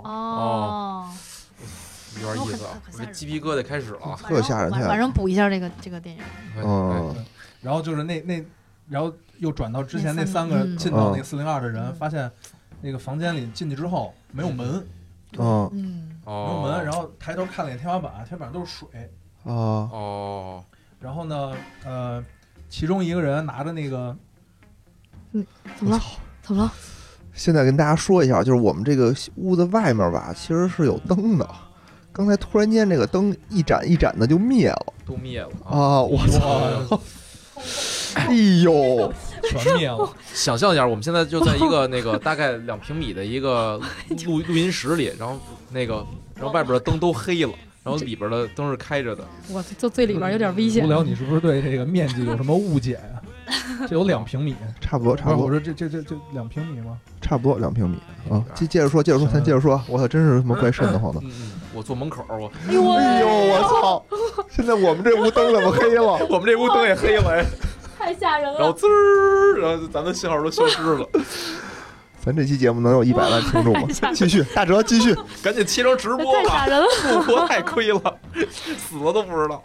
S2: 有点意思啊，我这鸡皮疙瘩开始了，
S1: 特吓人。
S4: 晚上补一下这个电影
S3: 然后就是然后又转到之前那3个进到那个402的人，发现那个房间里进去之后没有门没有门，然后抬头看了眼天花板，天花板都是水然后呢其中一个人拿着那个
S4: 怎么了？
S1: 现在跟大家说一下，就是我们这个屋子外面吧，其实是有灯的。刚才突然间这个灯一盏一盏的就灭了，
S2: 都灭了
S1: 我操！哎呦，
S3: 全灭了！
S2: 想象一下，我们现在就在一个那个大概2平米的一个录音室里，然后外边的灯都黑了。然后里边的灯是开着的，
S4: 我就最里边有点危险。
S3: 无聊，你是不是对这个面积有什么误解呀？这有2平米，
S1: 差不多。
S3: 我说这2平米吗？
S1: 差不多2平米接着说，咱接着说。我操，真是什么怪瘆得慌的。
S2: 我坐门口，
S1: 哎呦，我操！现在我们这屋灯怎么黑了？
S2: 我们这屋灯也黑了，
S4: 太吓人了。
S2: 然后滋儿，然后咱的信号都消失了。
S1: 咱这期节目能有100万听众吗？继续，大哲继续，
S2: 赶紧切成直播吧！
S4: 太吓人了，
S2: 复活太亏了，死了都不知道。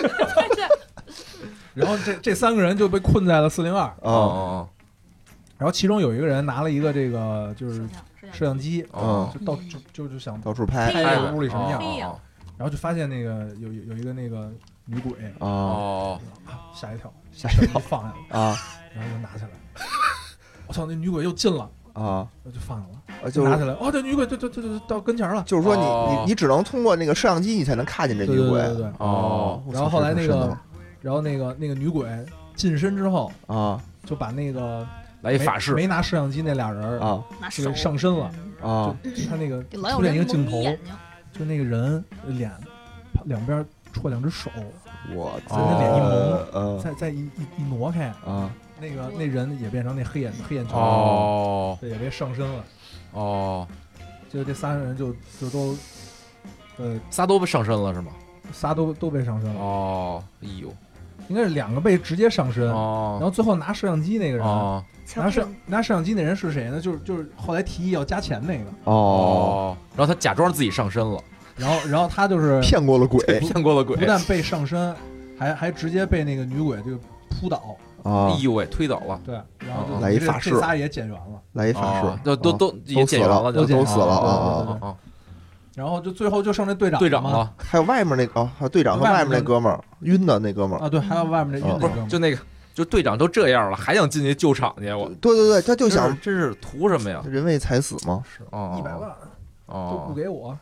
S3: 然后这3个人就被困在了402然后其中有一个人拿了一个这个就是摄像机就想
S1: 到处拍
S3: 屋里什么样然后就发现那个有一个那个女鬼吓一跳放下了然后就拿起来，我操，那女鬼又进了。就放下了，就拿起来，这女鬼就到跟前了。
S1: 就是说你只能通过那个摄像机，你才能看见这女鬼。
S3: 对。然后后来那个女鬼近身之后就把那个
S2: 来一法事，
S3: 没拿摄像机那俩人就给上身了就他那个出现一个镜头，就那个人脸两边戳2只手，
S1: 我
S3: 在那脸一蒙，再一挪开那人也变成那黑眼球对，也被上身了就这3人就都
S2: 仨都被上身了是吗
S3: ？3都被上身了
S2: 哎呦，
S3: 应该是2个被直接上身然后最后拿摄像机那个人拿摄像机那人是谁呢？就是后来提议要加钱那个
S2: 然后他假装自己上身了，
S3: 然后他就是
S1: 骗过了鬼，
S3: 不但被上身，还直接被那个女鬼就扑倒。
S2: 哎呦喂，推倒了。
S3: 对，然后
S1: 来一法事，
S3: 这仨也减员了。
S1: 来一法事，
S2: 都也减员了，
S1: 都死
S3: 了然后就最后就剩这队长
S2: 了，
S1: 还有外面那个还有队长和外面那哥们儿晕的那哥们儿
S3: 对，还有外面那晕的哥们儿，
S2: 就那个就队长都这样了，还想进去救场去？我
S1: 对，他就想，
S2: 真是图什么呀？
S1: 人为财死吗？
S3: 是100万都不给我。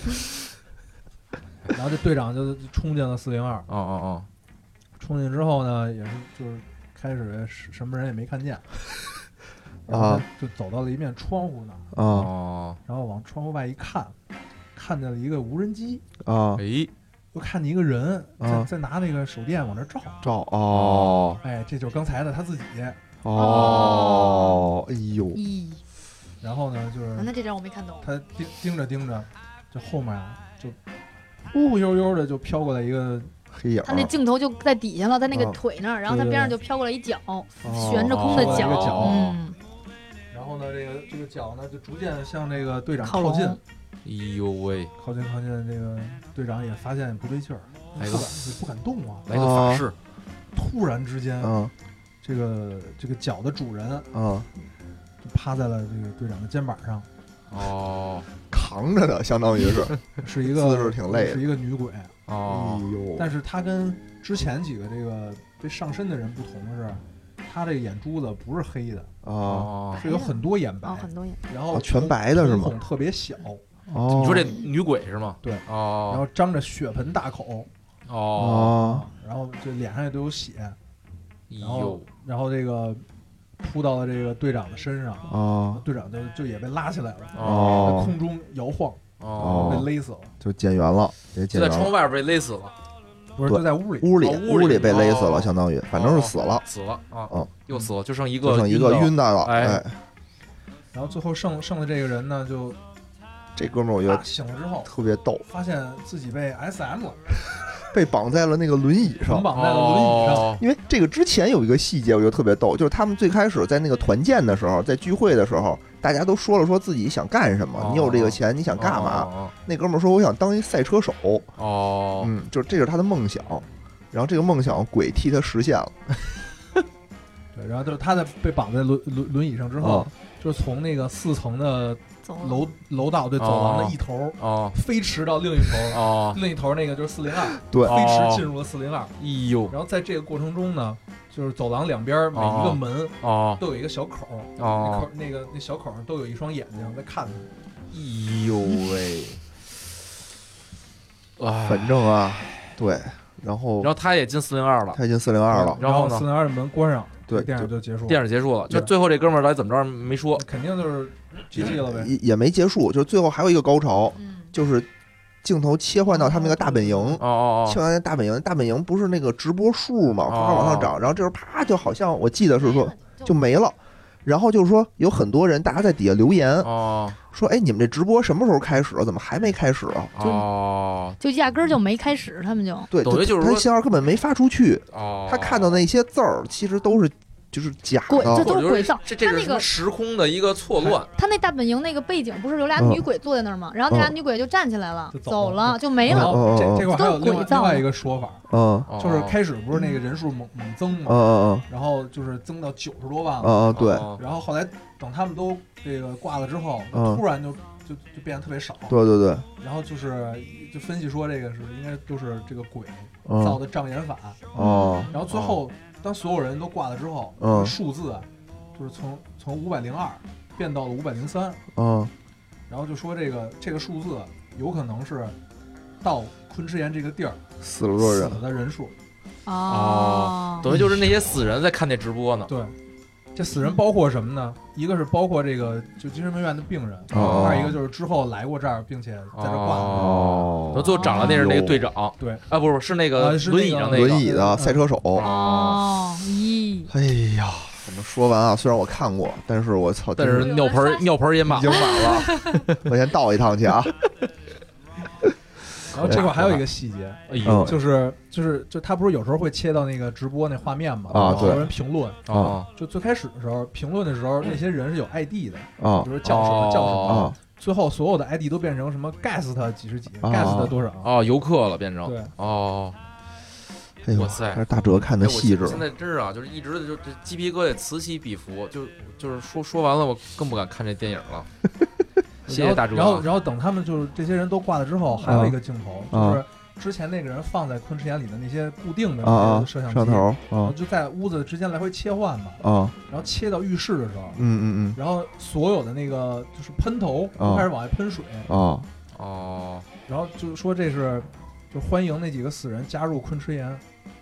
S3: 然后这队长就冲进了402。冲进之后呢，也是就是开始什么人也没看见，然后就走到了一面窗户那儿然后往窗户外一看，看见了一个无人机又看见一个人在拿那个手电往那照这就是刚才的他自己
S1: 哎呦，
S3: 然后呢就是
S4: 那这张我没看懂，
S3: 他盯着就后面就忽悠悠的就飘过来一个
S1: 黑影，
S4: 他那镜头就在底下了，在那个腿那儿，然后他边上就飘过来一脚，悬着空的脚，
S3: 然后呢，这个脚呢就逐渐向这个队长靠近。
S2: 哎呦喂，
S3: 靠近，这个队长也发现不对劲儿，不敢动啊，
S2: 来个法事。
S3: 突然之间，这个脚的主人就趴在了这个队长的肩膀上，
S1: 扛着的，相当于
S3: 是一个
S1: 姿势挺累的，
S3: 是一个女鬼
S2: 哦。
S3: 但是她跟之前几个这个被上身的人不同的是，她这个眼珠子不是黑的是有很多眼白，
S4: 很多眼，
S3: 然后
S1: 全白的是吗？
S3: 瞳特别小。
S2: 你说这女鬼是吗？
S3: 对，然后张着血盆大口，然后这脸上也都有血，然后这个扑到了这个队长的身上，队长就也被拉起来了，在空中摇晃，被勒死了，
S1: 就减员了，
S2: 就在窗外边被勒死了，
S3: 不是就在屋里
S1: 被勒死了，相当于反正是死了
S2: 啊，又死了，就剩一个
S1: 晕的了，哎，
S3: 然后最后剩的这个人呢，就
S1: 这哥们儿我觉得
S3: 醒了之后
S1: 特别逗，
S3: 发现自己被 SM 了。
S1: 被绑在了那个轮椅上，因为这个之前有一个细节，我觉得特别逗，就是他们最开始在那个团建的时候，在聚会的时候，大家都说了说自己想干什么，你有这个钱你想干嘛？那哥们儿说我想当一赛车手，就是这是他的梦想，然后这个梦想鬼替他实现了。
S3: 对，然后就是他在被绑在轮椅上之后，就是从那个4层的楼道对走廊的一头飞驰到另一头，另一头那个就是402，
S1: 对，
S3: 飞驰进入了402。
S2: 哎呦！
S3: 然后在这个过程中呢，就是走廊两边每一个门都有一个小口，那小口上都有一双眼睛在看他。
S2: 哎呦喂！
S1: 反正啊，对，然后
S2: 他也进402了，
S3: 然后402的门关上，
S1: 对，
S3: 电影就结束了。
S2: 电影结束了，就最后这哥们儿到底怎么着没说，
S3: 肯定就是。GG 了呗，
S1: 也没结束，就是最后还有一个高潮，就是镜头切换到他们那个大本营，切换到大本营不是那个直播数嘛，啪往上涨，然后这时候啪就好像我记得是说就没了，然后就是说有很多人大家在底下留言说哎你们这直播什么时候开始怎么还没开始
S4: 啊？就压根儿就没开始，他们就
S1: 对，就是说信号根本没发出去，他看到那些字儿其实都是。就是假的，
S4: 这都是鬼造。
S2: 这是什么时空的一个错乱？
S4: 他那大本营那个背景不是有俩女鬼坐在那儿吗？然后那俩女鬼就站起来了，走了就没了。
S3: 这块还有另外一个说法，就是开始不是那个人数猛增嘛，然后就是增到90多万了，
S1: 对。
S3: 然后后来等他们都这个挂了之后，突然就变得特别少。
S1: 对。
S3: 然后就分析说这个是应该都是这个鬼造的障眼法。然后最后。当所有人都挂了之后，数字就是从502变到了503，然后就说这个数字有可能是到昆池岩这个地儿
S1: 死了多人
S3: 的人数，
S2: 等于就是那些死人在看那直播呢。
S3: 对，这死人包括什么呢？一个是包括这个就精神病院的病人，二一个就是之后来过这儿并且在这挂的。
S2: 最后涨了那是那个队长，
S3: 对
S2: 啊，不是那个轮椅上那个
S1: 轮椅的赛车手。
S4: 哎
S1: 呀，反正说完啊，虽然我看过，但是我操，
S2: 但是尿盆也满
S1: 了，我先倒一趟去啊。
S3: 然后这块还有一个细节，就是他不是有时候会切到那个直播那画面嘛，好多人评论就最开始的时候评论的时候，那些人是有 ID 的比如叫什么最后所有的 ID 都变成什么 guest 几十几 guest 多少
S2: 游客了变成
S3: 对
S2: 哇塞，
S1: 这大哲看的细致。
S2: 现在真是啊，就是一直就这鸡皮疙瘩此起彼伏，就是说完了，我更不敢看这电影了。谢谢大哲。
S3: 然后等他们就是这些人都挂了之后，还有一个镜头，就是之前那个人放在昆池岩里的那些固定的那些摄像机，然后就在屋子之间来回切换嘛。然后切到浴室的时候，然后所有的那个就是喷头都开始往外喷水。然后就是说这是就欢迎那几个死人加入昆池岩。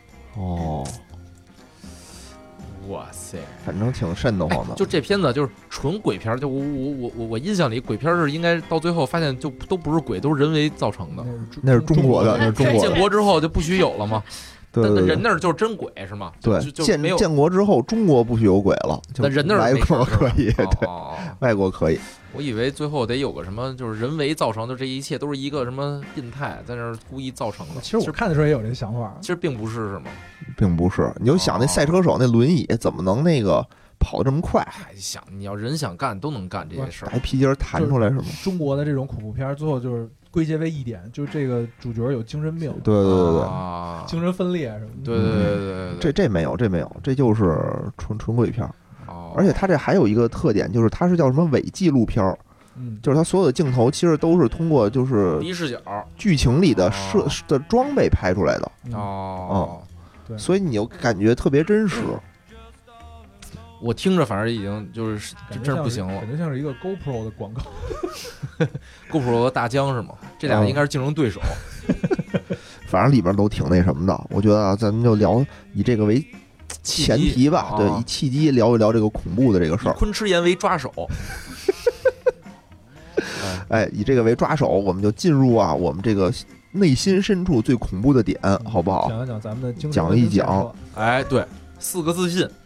S2: 哇塞，
S1: 反正挺瘆得慌的。
S2: 就这片子就是纯鬼片，就我印象里鬼片是应该到最后发现就都不是鬼，都是人为造成的。
S1: 那是中国的，那是中国的。
S2: 建国之后就不许有了吗？
S1: 对，
S2: 人那儿就是真鬼是吗？
S1: 对，建国之后中国不许有鬼了，
S2: 那人那儿
S1: 外国可以，对，外国可以。
S2: 我以为最后得有个什么，就是人为造成的，这一切都是一个什么变态在那儿故意造成的。
S3: 其实我看的时候也有这想法，
S2: 其实并不是，是吗？
S1: 并不是，你就想那赛车手那轮椅怎么能那个跑这么快？
S2: 想你要人想干都能干这些事儿，
S1: 还皮筋弹出来是吗？
S3: 中国的这种恐怖片最后就是归结为一点，就是这个主角有精神病，
S1: 对，
S3: 精神分裂什么
S2: 的。
S1: 对，这没有，这就是纯鬼片。而且它这还有一个特点，就是它是叫什么伪纪录片， 就是它所有的镜头其实都是通过就是
S2: 第一视角
S1: 剧情里的的装备拍出来的
S3: 对，
S1: 所以你又感觉特别真实。
S2: 我听着反正已经就是真是不行了，
S3: 感觉像是一个 GoPro 的广告。
S2: GoPro 和大疆是吗？这俩应该是竞争对手。
S1: 反正里边都挺那什么的，我觉得咱们就聊以这个为前提吧，对，以契机聊一聊这个恐怖的这个事儿。
S2: 昆池岩为抓手，
S1: 哎，以这个为抓手，我们就进入我们这个内心深处最恐怖的点，好不好？
S3: 讲一讲咱们的精神，
S1: 讲一讲。
S2: 哎，对，4个自信。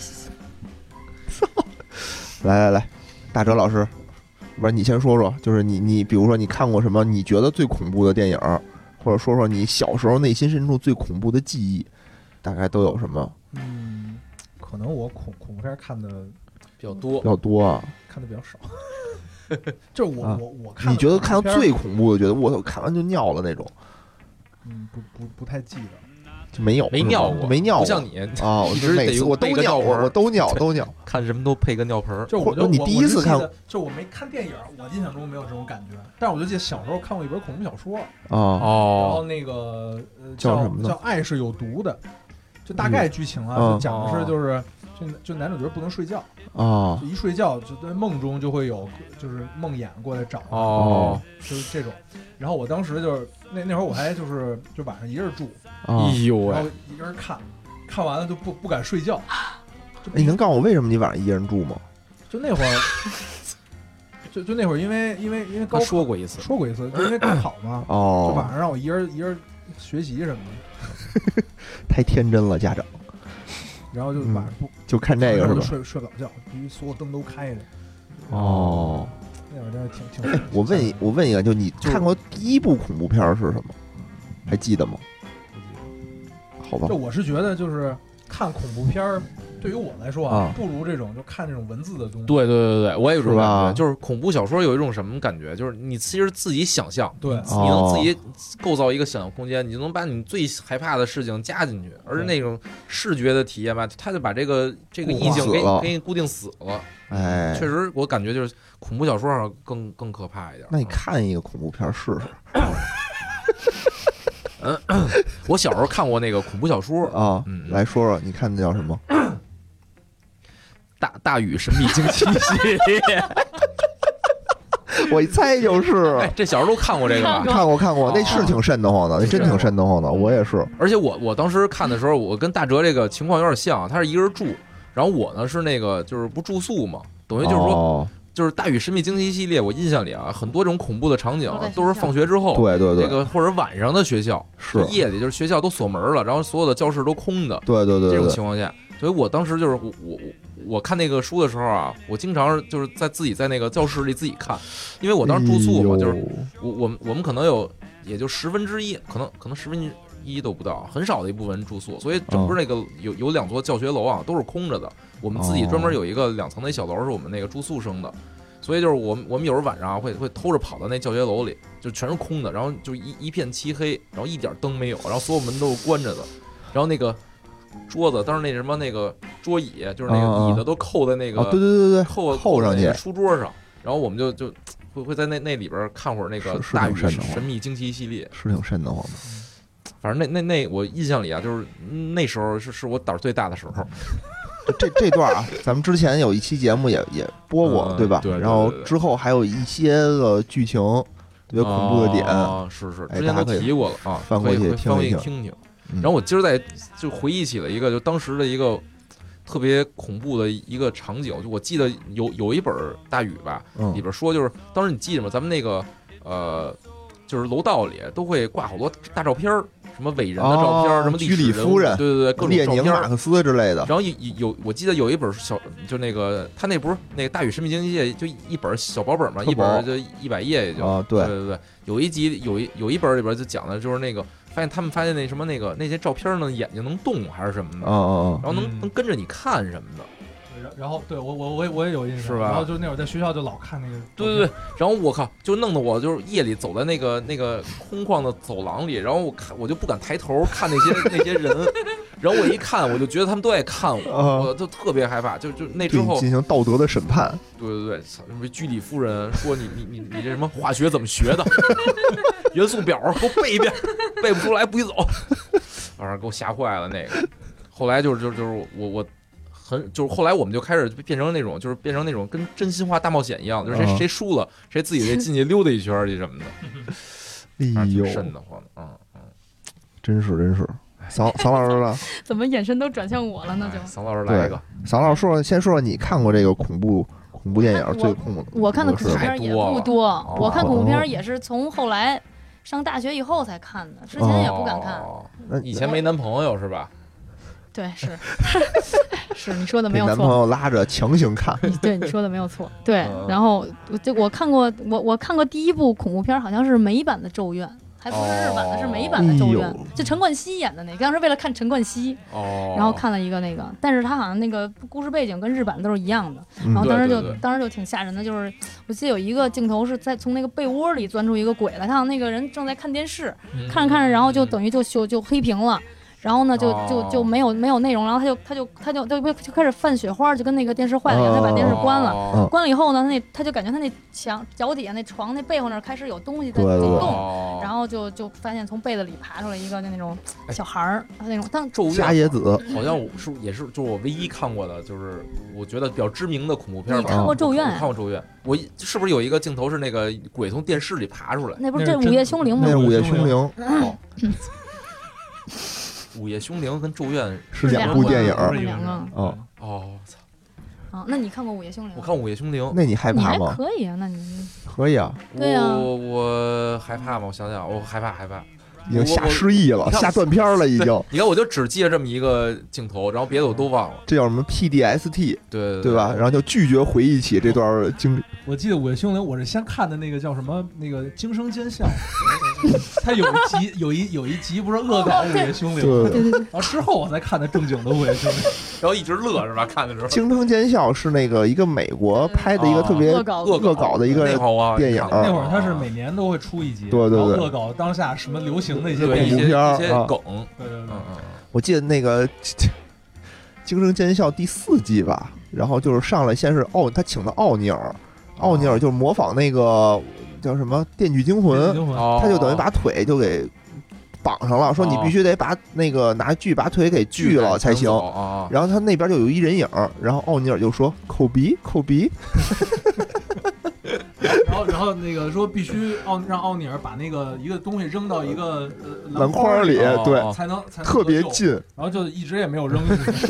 S1: 来，大哲老师，不是你先说说，就是你比如说你看过什么你觉得最恐怖的电影，或者说说你小时候内心深处最恐怖的记忆，大概都有什么？
S3: 可能我恐怖片看的
S2: 比较多
S3: 看的比较少。就是我看，
S1: 你觉得看到最恐怖的，觉得我看完就尿了那种？
S3: 不太记得。
S2: 没尿过，
S1: 不
S2: 像你
S1: 啊！
S2: 一直得
S1: 我都尿，我都尿，
S2: 看什么都配个尿盆。
S3: 就
S1: 你第一次看，
S3: 就我没看电影，我印象中没有这种感觉。但是我就记得小时候看过一本恐怖小说然后那个
S1: 叫什么呢？
S3: 叫《爱是有毒的》，就大概剧情就讲的是就男主角不能睡觉就一睡觉就在梦中就会有就是梦魇过来找就是这种。然后我当时就是那会儿我还就晚上一人住。
S2: 哎呦喂！
S3: 然后一个人看完了就不敢睡觉。
S1: 你能告诉我为什么你晚上一个人住吗？
S3: 就那会儿，就那会儿，因为高考
S2: 说过一次，
S3: 就因为高考嘛。就晚上让我一人学习什么的。
S1: 太天真了，家长。
S3: 然后就晚上
S1: 就看这个是吧？
S3: 睡不了觉，必须所有灯都开着。那会儿真是挺。
S1: 我问一个，就你看过第一部恐怖片是什么？还记得吗？好吧，
S3: 就我是觉得就是看恐怖片儿，对于我来说不如这种就看这种文字的东西。
S2: 对，我也有这种感觉，就是恐怖小说有一种什么感觉，就是你其实自己想象，
S3: 对，
S2: 你能自己构造一个想象空间，你就能把你最害怕的事情加进去，而那种视觉的体验吧，他就把这个意境给你固定死了。
S1: 哎，
S2: 确实，我感觉就是恐怖小说上更可怕一点。
S1: 那你看一个恐怖片试试。
S2: 我小时候看过那个恐怖小说
S1: 来说说，你看的叫什么？
S2: 大禹神秘惊奇系列。
S1: 我一猜就是。
S2: 这小时候都看过这个吧？
S1: 看过，那是挺瘆得慌的，那真挺瘆得慌的。我也是。
S2: 而且我当时看的时候，我跟大哲这个情况有点像，他是一个人住，然后我呢是那个就是不住宿嘛，等于就是说。就是大禹神秘惊奇系列，我印象里很多这种恐怖的场景都是放学之后，
S1: 对，
S2: 这个或者晚上的学校，
S1: 是
S2: 夜里，就是学校都锁门了，然后所有的教室都空的，
S1: 对，
S2: 这种情况下，所以我当时就是我看那个书的时候我经常就是自己在那个教室里自己看，因为我当时住宿嘛，就是我们可能也就1/10，可能1/10都不到，很少的一部分住宿，所以整个那个有2座教学楼都是空着的。我们自己专门有一个2层的小楼是我们那个住宿生的，所以就是我们有时候晚上会偷着跑到那教学楼里，就全是空的，然后就一片漆黑，然后一点灯没有，然后所有门都是关着的，然后那个桌子，当时那什么那个桌椅，就是那个椅子都扣在那个
S1: 对，
S2: 扣
S1: 上去
S2: 书桌上，然后我们就会在那里边看会儿那个大禹神秘惊奇系列，
S1: 是挺瘆得慌的。
S2: 反正那我印象里就是那时候是我胆最大的时候。
S1: 这段咱们之前有一期节目也播过，对吧？
S2: 对。
S1: 然后之后还有一些个剧情特别恐怖的点，
S2: 是，之前都提过了
S1: 翻过去
S2: 听听。然后我今儿就回忆起了一个，就当时的一个特别恐怖的一个场景，就我记得有一本大禹吧，里边说就是当时你记得吗？咱们那个就是楼道里都会挂好多大照片，什么伟人的照片，什么
S1: 居里夫人，
S2: 对，各种
S1: 列宁、马克思之类的。
S2: 然后我记得有一本就那个他那不是那个大禹神秘惊奇系列，就一本小薄本嘛，一本就100页也就对。有一集有一本里边就讲的就是那个他们发现那什么那些照片呢，眼睛能动还是什么的，然后能跟着你看什么的。
S3: 然后对我也有印象，
S2: 是吧？
S3: 然后就那会儿在学校就老看那个，
S2: 对。然后我靠，就弄得我就是夜里走在那个空旷的走廊里，然后我就不敢抬头看那些人， 然后我一看，我就觉得他们都爱看我，我就特别害怕。就那之后
S1: 进行道德的审判。
S2: 对，什么居里夫人说你这什么化学怎么学的？元素表给我背一遍，背不出来不许走。反正给我吓坏了那个。后来就是我。就是后来我们就开始变成那种跟真心话大冒险一样，就是谁输了谁自己得进去溜达一圈去什么的。
S1: 哎呦，
S2: 瘆得慌，
S1: 真是。桑老师了，
S4: 怎么眼神都转向我了呢？就
S2: 桑老师来一个，
S1: 桑老师先说说你看过这个恐怖电影最恐怖的？
S4: 我看的恐怖片也不多，我看恐怖片也是从后来上大学以后才看的，之前也不敢看。
S2: 以前没男朋友是吧？
S4: 对，是你说的没有错。
S1: 男朋友拉着强行看，
S4: 对，你说的没有错。对，然后我看过第一部恐怖片，好像是美版的《咒怨》，还不是日版的，是美版的《咒怨》，就陈冠希演的那个。当时为了看陈冠希，然后看了一个那个，但是他好像那个故事背景跟日版都是一样的。然后当时就挺吓人的，就是我记得有一个镜头是在从那个被窝里钻出一个鬼来，他好像那个人正在看电视，看着，然后就等于就黑屏了。然后呢，就没有内容，然后他就开始泛雪花，就跟那个电视坏了一样，他把电视关了，关了以后呢，他就感觉他那脚底下那床那背后那儿开始有东西在动，然后就发现从被子里爬出来一个就那种小孩儿，那种
S2: 咒怨
S1: 伽野子，
S2: 好像也是就是我唯一看过的，就是我觉得比较知名的恐怖片吧。
S4: 你看过咒怨？
S2: 我看过咒怨，我是不是有一个镜头是那个鬼从电视里爬出来？
S4: 那不是这午夜凶铃吗？
S1: 那是午夜凶铃。
S2: 午夜凶铃跟咒怨
S1: 是两部电影，
S4: 两个。
S2: 操！
S4: 啊，那你看过午夜凶铃？
S2: 我看午夜凶铃，
S1: 那你害怕吗？
S4: 可以啊，那你
S1: 可以啊。
S4: 对啊，
S2: 我害怕吗？我想想，我害怕。
S1: 已经吓失忆了，吓断片了，已经。
S2: 你看，我就只记得这么一个镜头，然后别的我都忘了。
S1: 这叫什么 PDST？
S2: 对
S1: 吧？然后就拒绝回忆起这段经历。
S3: 我记得《午夜凶铃》，我是先看的那个叫什么那个《惊声尖笑》，他有一集不是恶搞《午夜凶铃》，
S1: 对，
S3: 然后之后我才看的正经的《午夜凶铃》，
S2: 然后一直乐是吧？看的时候。
S1: 惊声尖笑是那个一个美国拍的一个特别恶搞的一个电影，
S3: 那会儿他是每年都会出一集，
S1: 对，
S3: 恶搞当下什么流行的一些
S2: 恐
S1: 怖片
S2: 一些梗。
S3: 对，
S1: 我记得那个惊声尖笑第4季吧，然后就是上来先是他请的奥尼尔就是模仿那个叫什么《电锯惊魂》，他就等于把腿就给绑上了，说你必须得把那个拿锯把腿给锯了才行。然后他那边就有一人影，然后奥尼尔就说口鼻。
S3: 然后那个说必须让奥尼尔把那个一个东西扔到一个
S1: 篮筐里，对，
S3: 才能
S1: 特别近，
S3: 然后就一直也没有扔进去。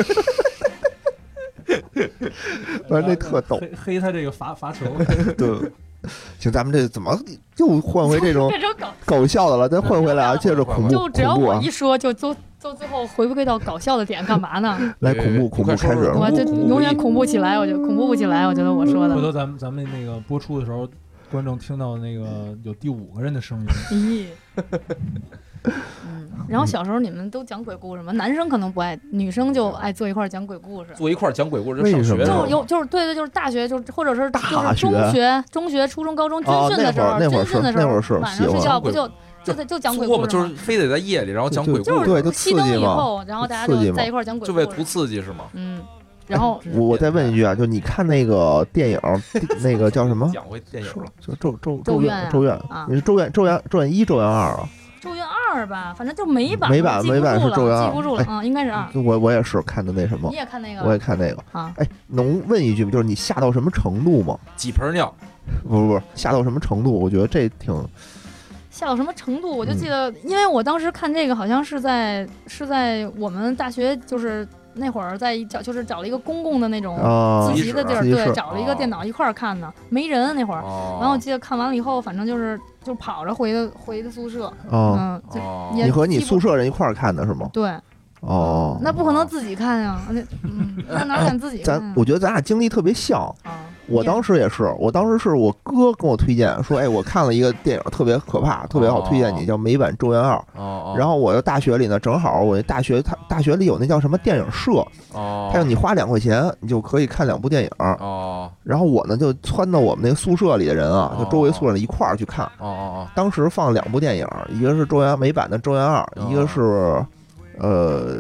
S1: 反正那特逗，
S3: 黑他这个罚球。
S1: 对，行，咱们这怎么又换回这种搞笑的了？再换回来啊，接着恐怖。
S4: 就只要我一说，就最后回归到搞笑的点，干嘛呢？
S1: 来，恐怖开始，
S4: 我就永远恐怖起来，我就恐怖不起来。我觉得我说的。
S3: 回头咱们那个播出的时候，观众听到那个有第5个人的声音。
S4: 咦。然后小时候你们都讲鬼故事吗？男生可能不爱，女生就爱坐一块讲鬼故事。
S2: 坐一块讲鬼故事，上学
S4: 就是对，就是大学，就是或者是中学、初中、高中军训的时候，
S1: 那会儿是
S4: 晚上睡觉不就讲鬼故事，
S2: 就是非得在夜里然后讲鬼故事，
S1: 对，就
S4: 熄灯以后，然后大家就在一块讲鬼故事，
S2: 就为图刺激是吗？
S4: 然后
S1: 我再问一句啊，就你看那个电影，那个叫什么？
S2: 讲回电影了，
S1: 就咒怨啊，你是咒怨1、咒怨2啊？
S4: 咒怨2吧，反正就美版
S1: 是咒怨2，
S4: 记不住了，应该是2。
S1: 我也是看的那什么，
S4: 你也看那个？
S1: 我也看那个啊。哎，能问一句吗？就是你吓到什么程度吗？
S2: 几盆尿？
S1: 不，吓到什么程度？我觉得这挺。
S4: 吓到什么程度？我就记得，因为我当时看这个好像是在我们大学，就是那会儿就是找了一个公共的那种自习的地儿，对，找了一个电脑一块儿看的，没人那会儿。然后我记得看完了以后，反正就跑着回的宿舍。
S1: 你和你宿舍人一块儿看的是吗？
S4: 对。那不可能自己看呀，那哪敢自己看？
S1: 我觉得咱俩经历特别像。我当时也是，我我哥跟我推荐说，哎，我看了一个电影特别可怕，特别好，推荐你，叫美版《咒怨2》。然后我在大学里呢，正好我大学里有那叫什么电影社，他让你花2块钱，你就可以看2部电影。然后我呢就撺到我们那个宿舍里的人啊，就周围宿舍里一块儿去看。当时放2部电影，一个是美版的《咒怨2》，一个是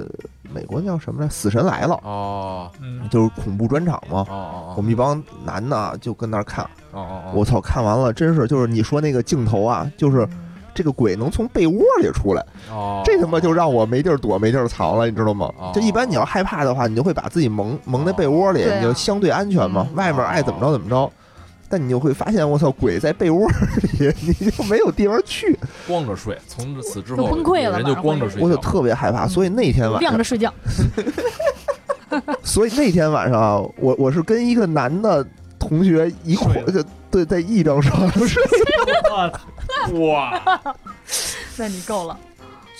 S1: 美国叫什么来，《死神来了》
S2: 哦，
S1: 就是恐怖专场嘛。我们一帮男的就跟那儿看。我操，看完了真是就是你说那个镜头啊，就是这个鬼能从被窝里出来，这他妈就让我没地儿躲没地儿藏了，你知道吗？就一般你要害怕的话，你就会把自己蒙在被窝里，你就相对安全嘛，外面爱怎么着怎么着。但你就会发现，我操，鬼在被窝里，你就没有地方去，
S2: 光着睡。从此之后
S4: 就崩溃了，
S2: 人就光着睡，
S1: 我就特别害怕。所以那天晚上
S4: 亮着睡觉。
S1: 所以那天晚上啊，我是跟一个男的同学一块就对在一张床上睡。
S2: 哇，
S4: 那你够了。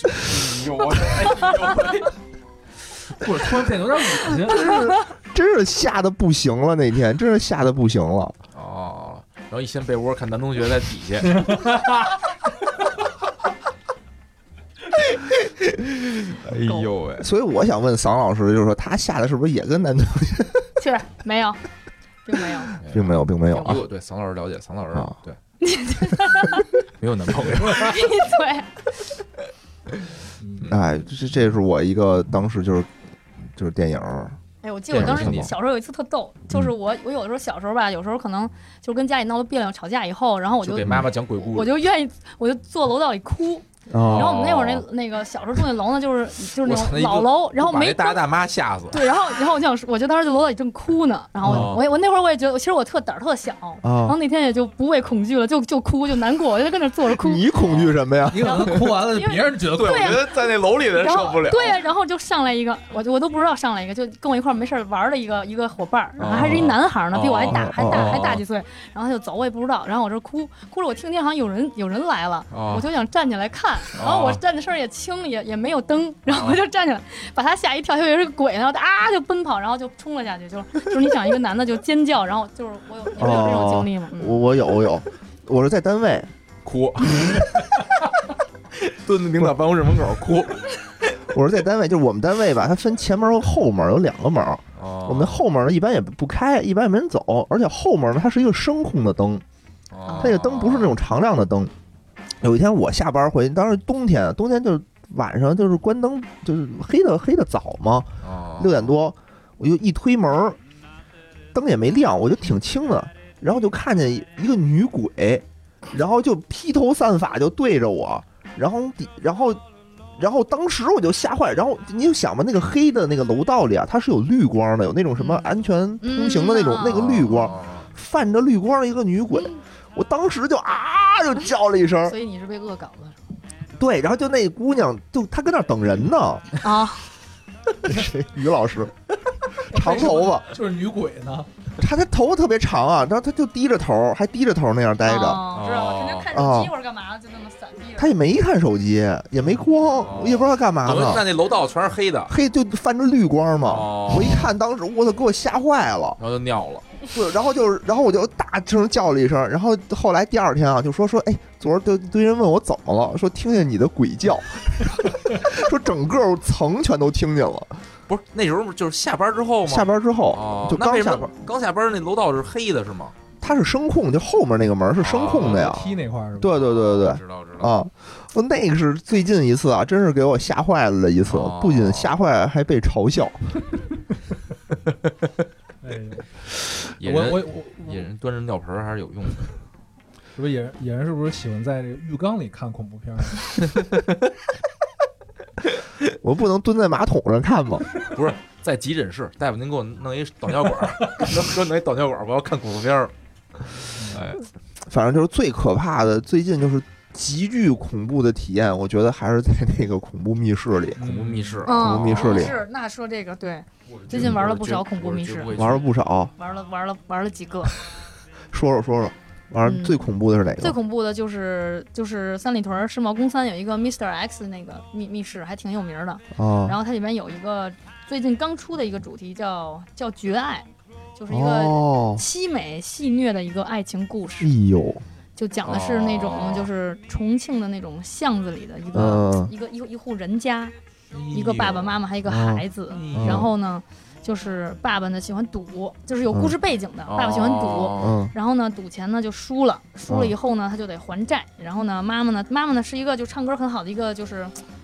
S3: 我突然变得有点恶心，
S1: 真是吓得不行了。那天真是吓得不行了。
S2: 然后一掀被窝，看男同学在底下。哎呦喂！
S1: 所以我想问桑老师，就是说他吓的是不是也跟男同学？
S4: 是没有，并没有，
S1: 并没有啊！
S2: 对桑老师了解，桑老师对，没有男朋友。
S4: 对。
S1: 哎，这是我一个当时就是电影。
S4: 哎，我记得我当时小时候有一次特逗，就是我有的时候小时候吧，有时候可能就跟家里闹了别扭、吵架以后，然后我就
S2: 给妈妈讲鬼故事，
S4: 我就坐楼道里哭。然后我们那会儿那个小时候住那楼呢，就是那种老楼，然后没
S2: 大妈吓死。
S4: 对，然后我就当时就楼道里正哭呢，然后我那会儿我也觉得，其实我胆儿特小，然后那天也就不畏恐惧了，就哭就难过，我就跟那坐着哭。
S1: 你恐惧什么呀？
S3: 你可能哭完了，别人觉得
S2: 对，我觉得在那楼里的人受不了。
S4: 对呀，然后就上来一个，我都不知道上来一个，就跟我一块没事玩的一个伙伴，然后还是一男孩呢，比我还大几岁，然后他就走，我也不知道，然后我这哭着，我听见好像有人来了，我就想站起来看，然后我站的事儿也轻，也没有灯，然后我就站起来，把他吓一跳，以为是个鬼，然后就奔跑，然后就冲了下去，就是你想一个男的就尖叫，然后就是我有这种经历吗？
S1: 我有，我是在单位
S2: 哭，蹲在领导办公室门口哭。
S1: 我是在单位，就是我们单位吧，它分前门和后门，有2个门。我们后门呢一般也不开，一般也没人走，而且后门呢它是一个声控的灯，它那个灯不是那种常亮的灯。有一天我下班回去，当时冬天就是晚上就是关灯，就是黑的早嘛，6点多，我就一推门，灯也没亮，我就挺轻的，然后就看见一个女鬼，然后就披头散发就对着我，然后当时我就吓坏，然后你就想吧，那个黑的那个楼道里啊，它是有绿光的，有那种什么安全通行的那种那个绿光，泛着绿光的一个女鬼。我当时就叫了一声，
S4: 所以你是被恶搞了。
S1: 对，然后就那姑娘她跟那等人呢啊，谁？于老师，长头发，
S3: 就是女鬼呢。
S1: 她头发特别长啊，然后她就低着头，还低着头那样待着。
S4: 知道我肯定看手机或者干嘛，就那么散低着。
S1: 她也没看手机，也没光，我也不知道干嘛呢。
S2: 那楼道全是黑的，
S1: 就泛着绿光嘛。我一看，当时我操，给我吓坏了，
S2: 然后就尿了。
S1: 对，然后我就大声叫了一声，然后后来第二天啊，就说哎，昨儿堆人问我怎么了，说听见你的鬼叫，说整个层全都听见了。
S2: 不是那时候就是下班之后吗？
S1: 下班之后，就刚
S2: 下班那楼道是黑的是吗？
S1: 它是声控，就后面那个门是声控的呀。
S3: 梯那块是吧？
S1: 对，
S2: 知道
S1: 啊。那个是最近一次啊，真是给我吓坏了的一次，不仅吓坏，还被嘲笑。
S2: 野人端着尿盆还是有用的。
S3: 是不是野人是不是喜欢在这个浴缸里看恐怖片？
S1: 我不能蹲在马桶上看吗？
S2: 不是，在急诊室，大夫您给我弄一导尿管，说弄一导尿管，我要看恐怖片。哎，
S1: 反正就是最可怕的，最近就是极具恐怖的体验，我觉得还是在那个恐怖密室里。
S2: 恐怖密室
S1: 里
S4: 是那说这个对，最近玩了不少恐怖密室，
S1: 玩了不少，
S4: 玩了几个。
S1: 说玩最恐怖的是哪个？
S4: 最恐怖的就是三里屯世贸宫3有一个 Mr. X 那个密室，还挺有名的。然后它里面有一个最近刚出的一个主题叫绝爱，就是一个凄美戏谑的一个爱情故事。
S1: 哎呦，
S4: 就讲的是那种就是重庆的那种巷子里的一户人家，一个爸爸妈妈还有一个孩子，然后呢。就是爸爸呢喜欢赌，就是有故事背景的。爸爸喜欢赌，然后呢赌钱呢就输了以后呢他就得还债。然后呢妈妈呢是一个就唱歌很好的一个就是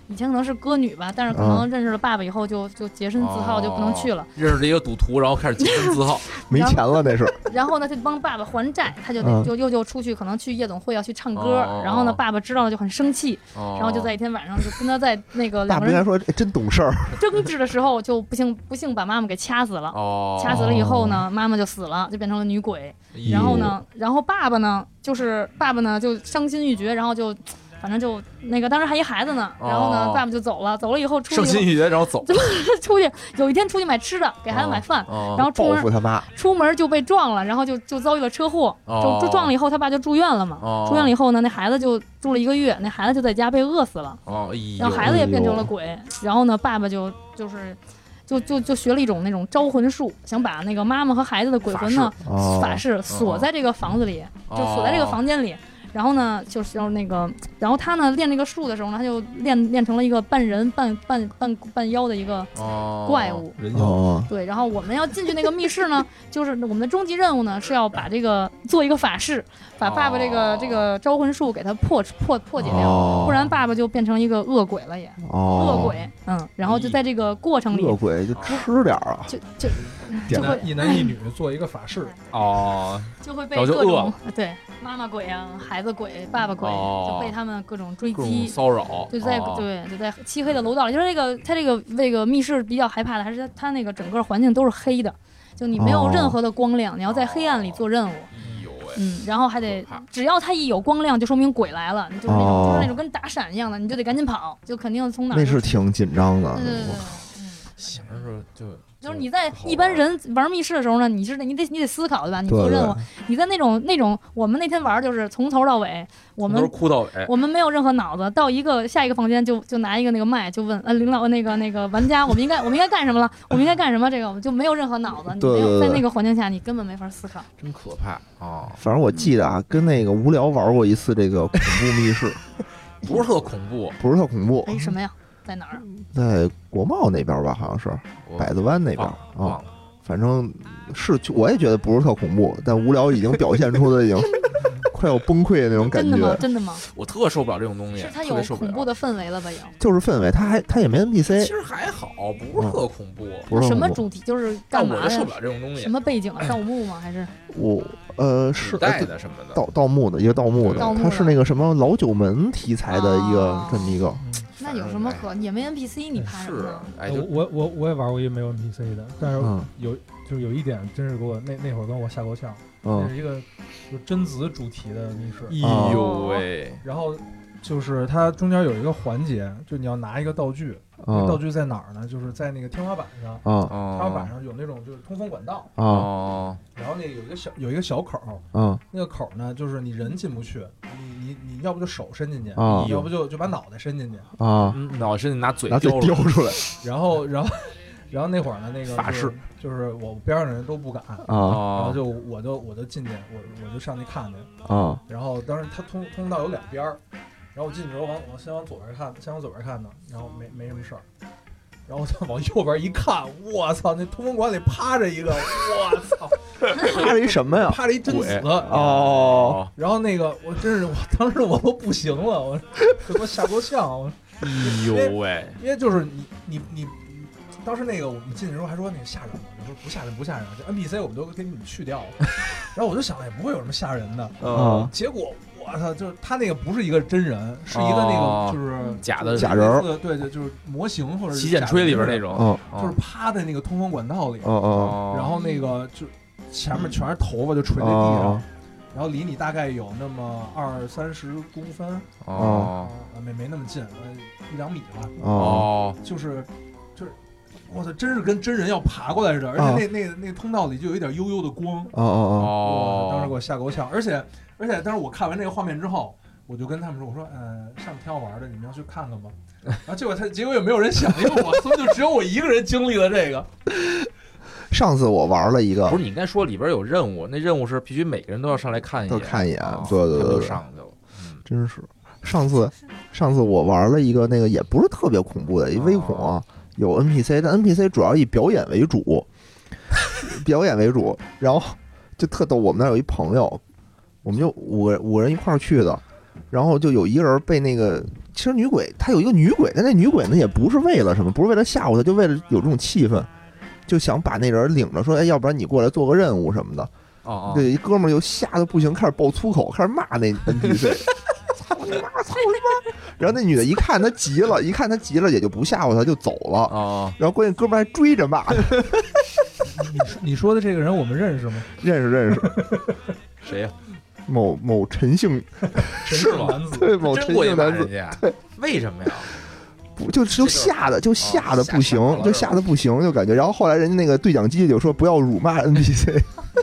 S4: 以前可能是歌女吧，但是可能认识了爸爸以后就洁身自好，就不能去了。
S2: 认识了一个赌徒，然后开始洁身自好，
S1: 没钱了那是。
S4: 然后呢，他就帮爸爸还债，他就又出去，可能去夜总会要去唱歌。然后呢，爸爸知道了就很生气，然后就在一天晚上就跟他在那个两个人
S1: 爸爸说真懂事儿
S4: 争执的时候，就不幸把妈妈给掐死了。掐死了以后呢，妈妈就死了，就变成了女鬼。然后爸爸呢就伤心欲绝，然后就。反正就那个，当时还一孩子呢，然后呢，爸爸就走了以后出去，
S2: 伤心欲绝，然后走，
S4: 出去有一天出去买吃的，给孩子买饭，然后出门就被撞了，然后就遭遇了车祸，就撞了以后，他爸就住院了嘛，住院了以后呢，那孩子就住了1个月，那孩子就在家被饿死了，然后孩子也变成了鬼，然后呢，爸爸就学了一种那种招魂术，想把那个妈妈和孩子的鬼魂呢法式锁在这个房子里，就锁在这个房间里。然后呢，就是要那个，然后他呢练这个术的时候呢，他就练成了一个半人半妖的一个怪物。
S3: 人妖。
S4: 对，然后我们要进去那个密室呢，就是我们的终极任务呢是要把这个做一个法事，把爸爸这个招魂术给他破解掉，不然爸爸就变成一个恶鬼了也。恶鬼，然后就在这个过程里，
S1: 恶鬼就吃点啊，
S4: 就会
S3: 一男一女做一个法事
S4: 就会被各种对妈妈鬼啊、孩子鬼、爸爸鬼就被他们各种追击、
S2: 骚扰，
S4: 就在漆黑的楼道里。就是他这个密室比较害怕的，还是他那个整个环境都是黑的，就你没有任何的光亮，你要在黑暗里做任务。然后还得只要他一有光亮，就说明鬼来了，就是那种跟打闪一样的，你就得赶紧跑，就肯定从哪。
S1: 那是挺紧张的。
S4: 对，
S2: 想着说
S4: 就是你在一般人玩密室的时候呢，你得思考对吧？你做任务，你在那种我们那天玩就是从头到尾，我们
S2: 哭到尾，
S4: 我们没有任何脑子，到下一个房间就拿一个那个麦就问领导那个玩家，我们应该干什么了？我们应该干什么？这个我们就没有任何脑子，你没有在那个环境下，你根本没法思考，
S2: 真可怕啊！
S1: 反正我记得啊，跟那个无聊玩过一次这个恐怖密室，
S2: 不是特恐怖，
S4: 什么呀？在哪儿？
S1: 在国贸那边吧，好像是百子湾那边啊。反正是我也觉得不是特恐怖，但无聊已经表现出的已经快要崩溃的那种感觉。
S4: 真的吗？
S2: 我特受不了这种东西。
S4: 是它有恐怖的氛围了吧？
S1: 就是氛围，它也没 NPC。
S2: 其实还好，不是特恐怖。
S4: 什么主题？就是干嘛
S2: 的？我就受不了这种东西。
S4: 什么背景啊？盗墓吗？还是
S1: 是
S2: 带的什么的？
S1: 盗墓的一个盗墓的，它是那个什么老九门题材的一个这么一个。
S4: 那有什么也没 NPC， 你怕什么？
S3: 我也玩过一个没有 NPC 的，但是有一点真是给我那会儿跟我吓够呛，这是一个就贞子主题的密室。
S2: 哎呦喂！
S3: 然后就是它中间有一个环节，就你要拿一个道具，道具在哪儿呢？就是在那个天花板上，天花板上有那种就是通风管道然后那有一个小口，那个口呢就是你人进不去，你要不就手伸进去，要不就把脑袋伸进去
S2: 脑袋伸进去拿嘴
S1: 叼出来，
S3: 然后那会儿呢，那个
S2: 法事
S3: 就是我边上的人都不敢然后我就进去，我就上去看去然后当时它通道有2边，然后我进去之后我先往左边看呢，然后没什么事儿，然后我往右边一看，我操，那通风管里趴着一个，我操，
S1: 趴着一什么呀？
S3: 趴着一贞子然后那个我当时我都不行了，我给我吓够呛，
S2: 哎呦喂！
S3: 因为就是你当时那个我们进去的时候还说那个吓人吗？我说不吓人，这 NPC 我们都给你们去掉了。然后我就想也不会有什么吓人的，结果我操，就是他那个不是一个真人，是一个那个就是
S2: 假
S1: 人，
S3: 对，就是模型或者
S2: 洗剪吹里边那种，
S3: 就是趴在那个通风管道里，然后那个就前面全是头发就垂在地上。然后离你大概有那么20-30公分没那么近，1-2米吧就是我操，真是跟真人要爬过来似的，而且那通道里就有一点悠悠的光当时给我吓够呛，而且当时我看完这个画面之后，我就跟他们说，我说上面挺好玩的，你们要去看看吗？然后结果也没有人响应我，所以就只有我一个人经历了这个。
S1: 上次我玩了一个，
S2: 不是你应该说里边有任务，那任务是必须每个人都要上来看一眼，对，上去了，
S1: 真是。上次我玩了一个那个也不是特别恐怖的一微恐啊，有 NPC， 但 NPC 主要以表演为主，然后就特逗。我们那有一朋友，我们就五个人一块儿去的， 然后就有一个人被那个，其实女鬼她有一个女鬼，但那女鬼呢也不是为了什么，不是为了吓唬她，就为了有这种气氛，就想把那人领着说，哎，要不然你过来做个任务什么的。对，一哥们儿就吓得不行，开始爆粗口，开始骂那 NPC， 操你妈，操你妈！然后那女的一看他急了，也就不吓唬他，就走了。然后关键哥们儿还追着骂。
S3: 你说的这个人我们认识吗？
S1: 认识。
S2: 谁呀？
S1: 某陈姓
S2: 是吗？
S1: 对，某陈姓男子。对，
S2: 为什么呀？
S1: 不就吓得不行，就吓得不行，就感觉。然后后来人家那个对讲机就说不要辱骂 NPC。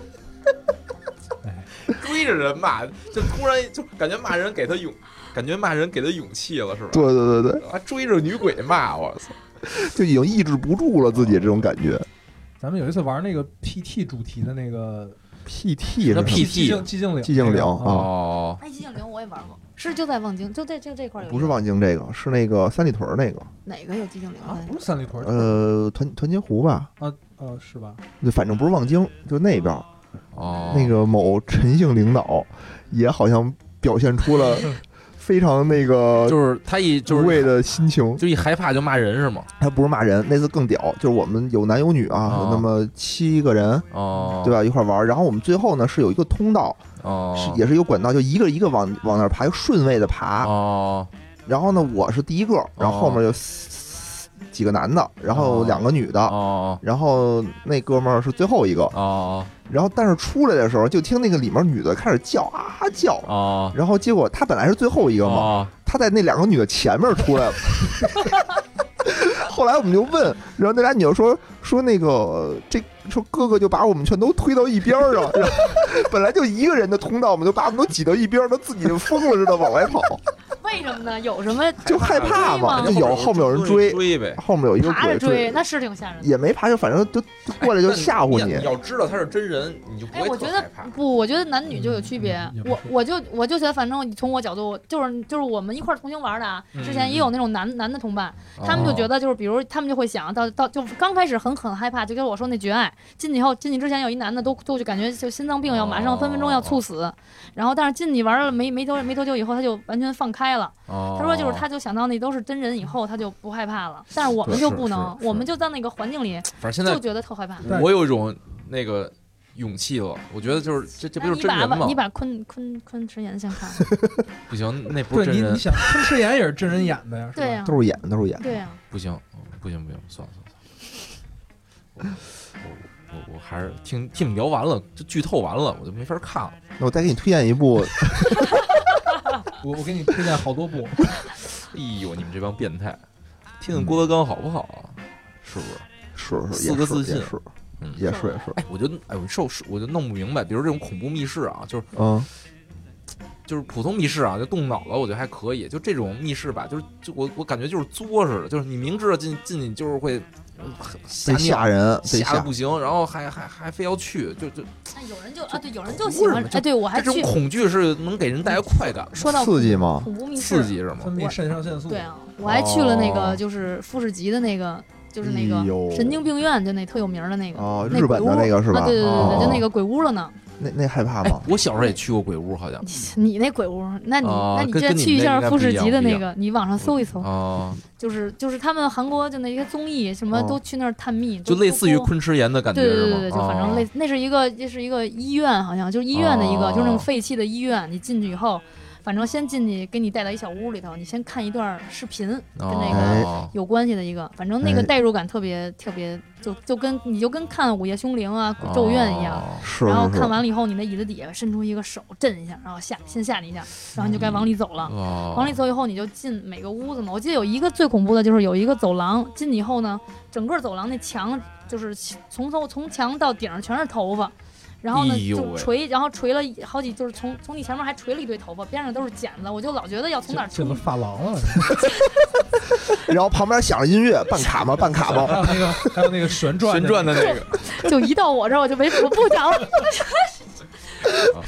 S2: 追着人骂，就突然就感觉骂人给他勇气了，是吧？
S1: 对，
S2: 还追着女鬼骂，我操，
S1: 就已经抑制不住了自己这种感觉。
S3: 咱们有一次玩那个 PT 主题的那个
S1: PT，
S2: 那 PT
S3: 寂静岭
S1: 哦，
S4: 哎，寂静岭我也玩过，是就在望京，就这块有。
S1: 不是望京这个，是那个三里屯那个。
S4: 哪个有寂静岭啊？
S3: 不是三里屯，
S1: 团结湖吧？
S3: 是吧？
S1: 反正不是望京，就那边。那个某陈姓领导也好像表现出了非常那个，
S2: 就是他
S1: 无畏的心情，
S2: 就一害怕就骂人是吗？
S1: 他不是骂人，那次更屌，就是我们有男有女啊，有那么7个人，对吧？一块玩，然后我们最后呢是有一个通道，也是有管道，就一个一个往那儿爬，就顺位的爬。然后呢，我是第一个，然后后面有几个男的，然后2个女的，然后那哥们儿是最后一个，然后但是出来的时候就听那个里面女的开始叫然后结果他本来是最后一个嘛，他在那2个女的前面出来了。后来我们就问，然后那俩女的说那个说哥哥就把我们全都推到一边上，本来就一个人的通道，我们就把我们都挤到一边，他自己就疯了似的往外跑。
S4: 为什么呢？有什么
S1: 就害怕嘛？就有后面有人追
S2: 呗，
S1: 后面有一个鬼
S4: 追，那是挺吓人的。
S1: 也没爬，就反正就过来就吓唬你。
S2: 你要知道他是真人，你就不会害怕。
S4: 我觉得男女就有区别。我就觉得，反正从我角度，就是我们一块儿同行玩的啊。之前也有那种男的同伴，他们就觉得就是，比如他们就会想到就刚开始很害怕，就跟我说那绝爱进去之前有一男的都就感觉就心脏病要马上分钟要猝死，然后但是进去玩了没多久以后他就完全放开了。他说就是他就想到那都是真人以后他就不害怕了，但是我们就不能，我们就在那个环境里，
S2: 反正现在
S4: 就觉得特害怕。
S2: 我有一种那个勇气了，我觉得就是这不就是真人吗？
S4: 你把昆池岩先看。
S2: 不行，那不是真人。
S3: 你想昆池岩也是真人演的呀？
S4: 对呀，
S1: 都是演的。
S4: 对呀，
S2: 不行，算了。我还是听你们聊完了，就剧透完了，我就没法看了。
S1: 那我再给你推荐一部。
S3: 我给你推荐好多部。
S2: 哎呦，你们这帮变态！听听郭德纲好不好啊？是不是？
S1: 是4个自信，也是。
S2: 哎，我就弄不明白，比如这种恐怖密室啊，就是普通密室啊，就动脑了，我觉得还可以。就这种密室吧，就我感觉就是作似的，就是你明知道进去就是会
S1: 吓人，
S2: 吓得不行，然后还非要去，就。
S4: 有人就对，有人就喜欢。哎，对我还
S2: 这种恐惧是能给人带来快感，
S4: 说到
S1: 刺激吗？
S4: 恐怖密室
S2: 刺激是吗？
S3: 分泌肾上腺素。
S4: 对啊，我还去了那个就是富士急的那个。就是那个神经病院，就那特有名的那个
S1: 日本的那个是吧？
S4: 对，就那个鬼屋了呢。
S1: 那害怕吗？
S2: 我小时候也去过鬼屋，好像。
S4: 你那鬼屋，那你这去一下富士急的那个，你网上搜一搜。就是他们韩国就那些综艺什么都去那儿探秘，
S2: 就类似于昆池岩的感觉。
S4: 对，就反正那是一个医院，好像就是医院的一个，就是那种废弃的医院。你进去以后。反正先进去，给你带到一小屋里头，你先看一段视频，跟那个有关系的一个，反正那个代入感特别，就跟看《午夜凶铃》啊、《咒怨》一样。然后看完了以后，你那椅子底下伸出一个手震一下，然后先吓你一下，然后你就该往里走了。往里走以后，你就进每个屋子嘛。我记得有一个最恐怖的就是有一个走廊，进去以后呢，整个走廊那墙就是从墙到顶上全是头发。然后呢，就垂，然后垂了好几，就是从你前面还垂了一堆头发，边上都是剪子，我就老觉得要从哪儿出。
S3: 进了发廊了。
S1: 然后旁边响着音乐，办卡吗？
S3: 还有那个旋转
S2: 的那个，
S4: 就一到我这儿我就不讲了。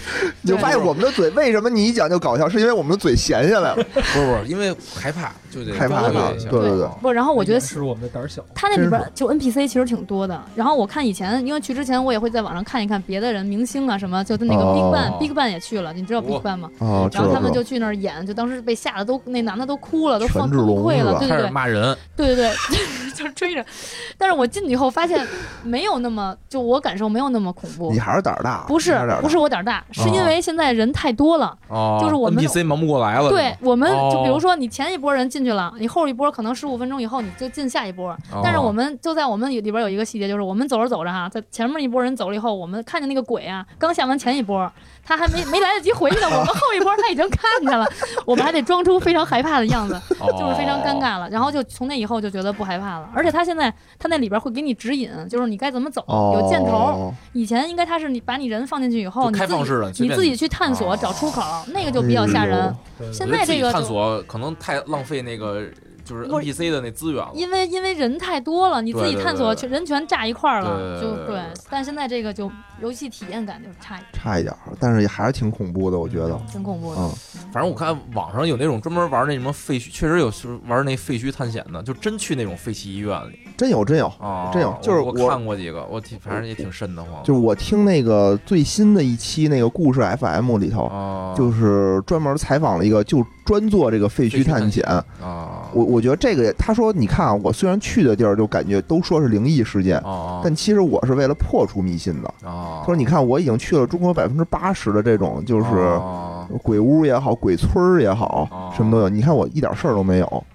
S1: 你就发现我们的嘴为什么你一讲就搞笑，是因为我们的嘴闲下来了。
S2: 不是，因为害怕，就得
S1: 害怕。对。
S4: 不，然后我觉得
S3: 是我们的胆小。
S4: 他那里边就 NPC 其实挺多的。然后我看以前，因为去之前我也会在网上看一看别的人明星啊什么，就那个 Big Bang 也去了，你知道 Big Bang 吗？然后他们就去那儿演，就当时被吓得都那男的都哭了，都崩溃了，对对对，
S2: 骂人，
S4: 对对对，就追着。但是我进去以后发现没有那么，就我感受没有那么恐怖。
S1: 你还是胆大？
S4: 不是我胆大，是因为现在人太多了，就是我们
S2: NPC 忙不过来了。
S4: 对，我们就比如说你前一波人进去了，你后一波可能15分钟以后你就进下一波，但是我们就在我们里边有一个细节，就是我们走着走着哈，在前面一波人走了以后，我们看见那个鬼啊，刚下完前一波，他还没来得及回去呢，我们后一波他已经看见了，我们还得装出非常害怕的样子，就是非常尴尬了。然后就从那以后就觉得不害怕了，而且他现在他那里边会给你指引，就是你该怎么走，有箭头。以前应该他是你把你人放进去以后，
S2: 开放式的，
S4: 你自己去探索找出口，那个就比较吓人。现在这个
S2: 探索可能太浪费那个。就是 NPC 的那资源了，
S4: 因为人太多了，你自己探索人全炸一块了，就对。但现在这个就游戏体验感就
S1: 差一点，但是也还是挺恐怖的，我觉得
S4: 挺恐怖的。
S2: 反正我看网上有那种专门玩那什么废墟，确实有玩那废墟探险的，就真去那种废弃医院里。
S1: 真有，就是
S2: 我看过几个，反正也挺瘆得慌。
S1: 就是我听那个最新的一期那个故事 FM 里头，就是专门采访了一个就专做这个废墟探险
S2: 啊。
S1: 我觉得这个他说，你看啊，我虽然去的地儿就感觉都说是灵异事件，但其实我是为了破除迷信的。他说，你看我已经去了中国80%的这种就是鬼屋也好，鬼村也好，什么都有。你看我一点事儿都没有。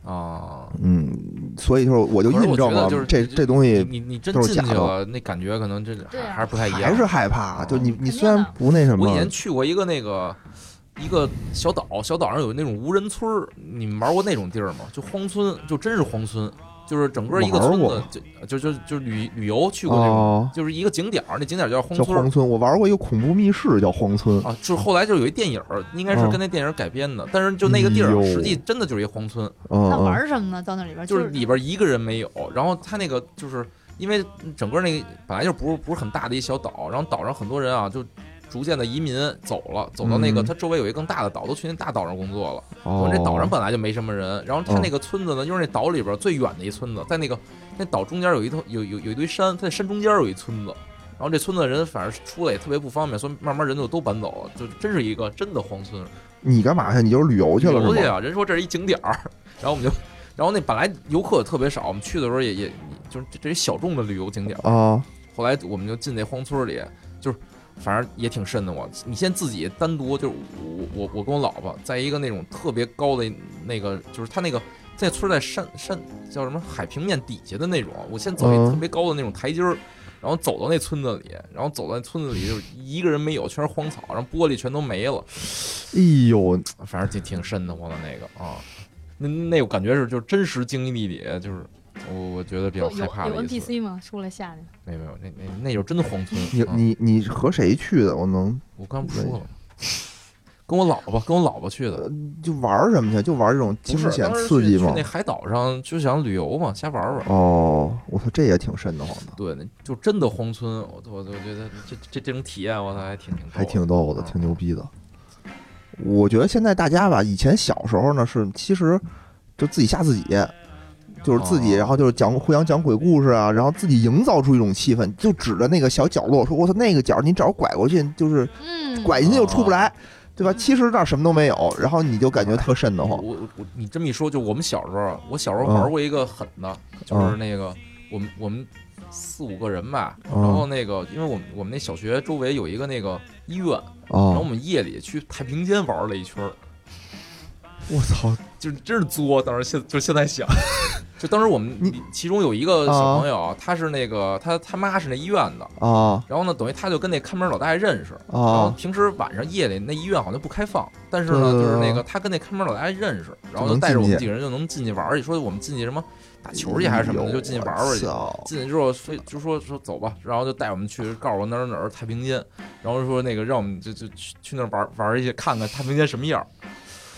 S1: 所以就是我就印证了，这东西
S2: 你真进去了，那感觉可能这还是不太一样，
S1: 还是害怕。就你虽然不那什么，
S2: 我以前去过一个小岛上有那种无人村，你们玩过那种地儿吗？就荒村，就真是荒村，就是整个一个村子，就旅游去过那种，就是一个景点，那景点叫荒
S1: 村。我玩过一个恐怖密室叫荒村
S2: 啊，就是后来就有一电影，应该是跟那电影改编的，但是就那个地儿实际真的就是一荒村。
S4: 那玩什么呢？到那里边
S2: 就是里边一个人没有，然后他那个就是因为整个那个本来就不是很大的一小岛，然后岛上很多人啊就。逐渐的移民走到那个，他周围有一个更大的岛，都去那大岛上工作了。我这岛上本来就没什么人，然后他那个村子呢，就是那岛里边最远的一村子，在那岛中间有一堆山，他在山中间有一村子。然后这村子的人反正出来也特别不方便，所以慢慢人就都搬走了，就真是一个真的荒村。
S1: 你干嘛去？你就是旅游去了？旅游去
S2: 啊！人说这是一景点儿，然后我们就，然后那本来游客也特别少，我们去的时候也就是这一小众的旅游景点
S1: 啊。
S2: 后来我们就进那荒村里，就是。反正也挺瘆的你先自己单独就是我跟我老婆在一个那种特别高的那个，就是他那个在村在山叫什么海平面底下的那种，我先走一特别高的那种台阶儿，然后走到那村子里，然后走到那村子里就是一个人没有，全是荒草，然后玻璃全都没了。
S1: 哎呦，
S2: 反正挺瘆得慌的那个啊，那我感觉是就是真实经历里就是。我觉得比较害怕的
S4: 有 NPC 吗？出来吓你？
S2: 没有，那就是真的荒村。
S1: 你和谁去的？
S2: 我刚不说了，跟我老婆去的。
S1: 就玩什么去？就玩这种惊险刺激吗？
S2: 去那海岛上就想旅游嘛，瞎玩玩。
S1: 哦，我操，这也挺瘆得慌的。
S2: 对，那就真的荒村，我觉得这种体验，我操，还挺
S1: 逗的，挺牛逼的。我觉得现在大家吧，以前小时候呢其实就自己吓自己。就是自己，然后就是互相讲鬼故事啊，然后自己营造出一种气氛，就指着那个小角落说：“我操，那个角你只要拐过去，就是拐进去就出不来，对吧？”其实那什么都没有，然后你就感觉特瘆得慌。
S2: 你这么一说，就我小时候玩过一个狠的，就是那个我们4、5个人吧，然后那个因为我们那小学周围有一个那个医院，然后我们夜里去太平间玩了一圈。
S1: 我操，
S2: 就真是作！当时现在想。就当时我们其中有一个小朋友，他是那个他妈是那医院的
S1: 啊，
S2: 然后呢，等于他就跟那看门老大爷认识然后平时晚上夜里那医院好像不开放，但是呢，就是那个他跟那看门老大爷认识，然后就带着我们几个人就能进去玩去，说我们进去什么打球去还是什么的，就进去玩玩去。进去之后就说走吧，然后就带我们去，告诉我哪儿太平间，然后说那个让我们就去那儿玩一去，看看太平间什么样。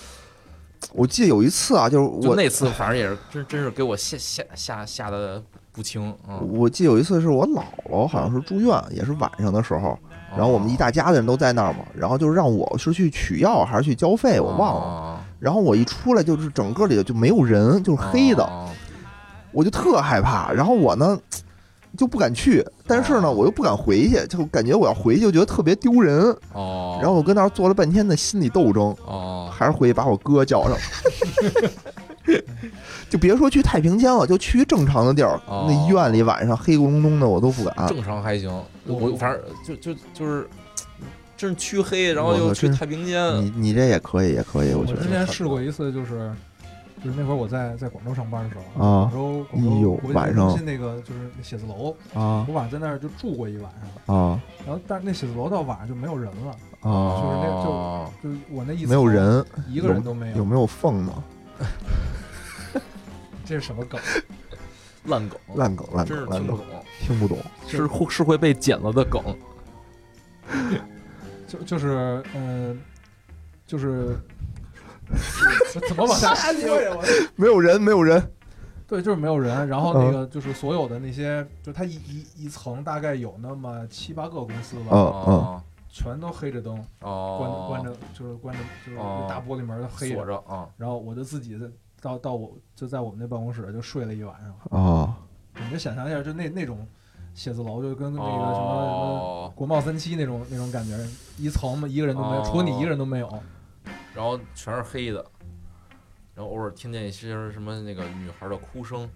S2: 我记得有一次啊，就那次反正也是真是给我吓得不轻。
S1: 我记得有一次是我姥姥好像是住院，也是晚上的时候，然后我们一大家子人都在那儿嘛，然后就是让我是去取药还是去交费，我忘了。然后我一出来就是整个里就没有人，就是黑的，我就特害怕。然后我呢就不敢去，但是呢我又不敢回去，就感觉我要回去就觉得特别丢人。然后我跟那儿做了半天的心理斗争，还是回去把我哥叫上。就别说去太平间了，就去正常的地儿，那医院里晚上黑咕隆咚的我都不敢。
S2: 正常还行，我反正就是真黢黑，然后又去太平间。
S1: 你这也可以，也可以。我觉得
S3: 之前试过一次，就是那会儿我在广州上班的时候啊，广州
S1: 晚上
S3: 那个就是写字楼啊，我晚上在那儿就住过一晚上啊，然后但是那写字楼到晚上就没有人了啊，就是我那一层
S1: 没有人，
S3: 一个人都没有。
S1: 有没有缝呢？
S3: 这是什么梗？
S2: 烂梗，真是听不懂，
S1: 听不懂，
S2: 是会被剪了的梗。
S3: 就是怎么往下说呀？
S1: 没有人。
S3: 对，就是没有人。然后那个就是所有的那些，就它一层大概有那么7、8个公司吧，全都黑着灯，关着，就是大玻璃门都黑着
S2: 啊。
S3: 然后我就自己到我就在我们那办公室就睡了一晚上
S1: 啊。
S3: 你就想象一下，就那种写字楼，就跟那个什么国贸3期那种感觉，一层嘛，一个人都没有，除了你一个人都没有，
S2: 然后全是黑的，然后偶尔听见一些什么那个女孩的哭声。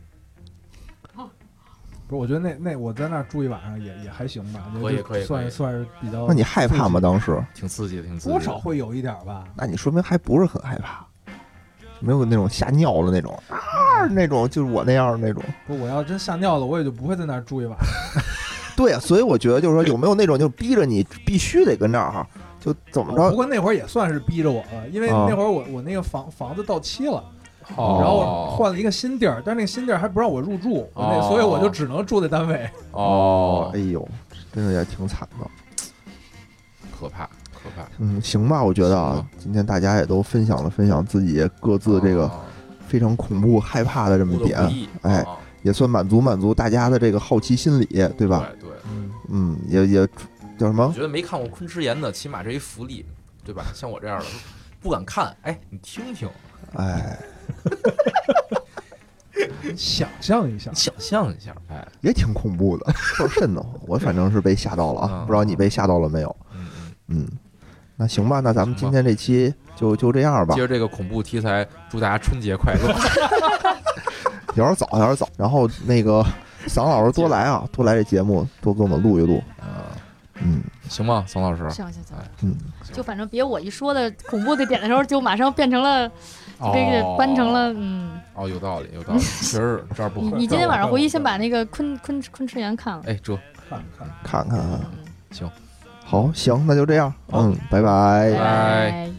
S3: 不是，我觉得那我在那儿住一晚上也还行吧，
S2: 可以，
S3: 算是比较。
S1: 那你害怕吗？当时
S2: 挺刺激的，
S3: 多少会有一点吧。
S1: 那你说明还不是很害怕，没有那种吓尿的那种那种，就是我那样的那种。
S3: 不，我要真吓尿了，我也就不会在那儿住一晚上。
S1: 对啊，所以我觉得就是说，有没有那种就逼着你必须得跟这儿哈，就怎么着？
S3: 不过那会儿也算是逼着我了，因为那会儿我那个房子到期了。然后换了一个新地儿，但是那个新地儿还不让我入住，所以我就只能住在单位。
S1: 哎呦，真的也挺惨的，
S2: 可怕。
S1: 行吧，我觉得啊，今天大家也都分享自己各自这个非常恐怖害怕的这么点，哎，也算满足大家的这个好奇心理，对吧？
S2: 对，
S1: 也叫什么？
S2: 我觉得没看过《昆池岩》的，起码这一福利，对吧？像我这样的不敢看，哎，你听听，
S1: 哎。
S3: 你想象一下，
S2: 哎，
S1: 也挺恐怖的，倍儿瘆得慌。我反正是被吓到了啊，不知道你被吓到了没有？那行吧，那咱们今天这期就这样吧。
S2: 接着这个恐怖题材，祝大家春节快乐。
S1: 有点早。然后那个桑老师多来这节目，多给我们录一录。
S2: 行吗，桑老师？
S4: 行。就反正别我一说的恐怖的点的时候，就马上变成了。这个搬成了
S2: 有道理，确实这儿不合。
S4: 你今天晚上回去先把那个昆池岩看了。
S2: 哎，这
S1: 看看。
S2: 行，
S1: 好，行，那就这样。拜拜。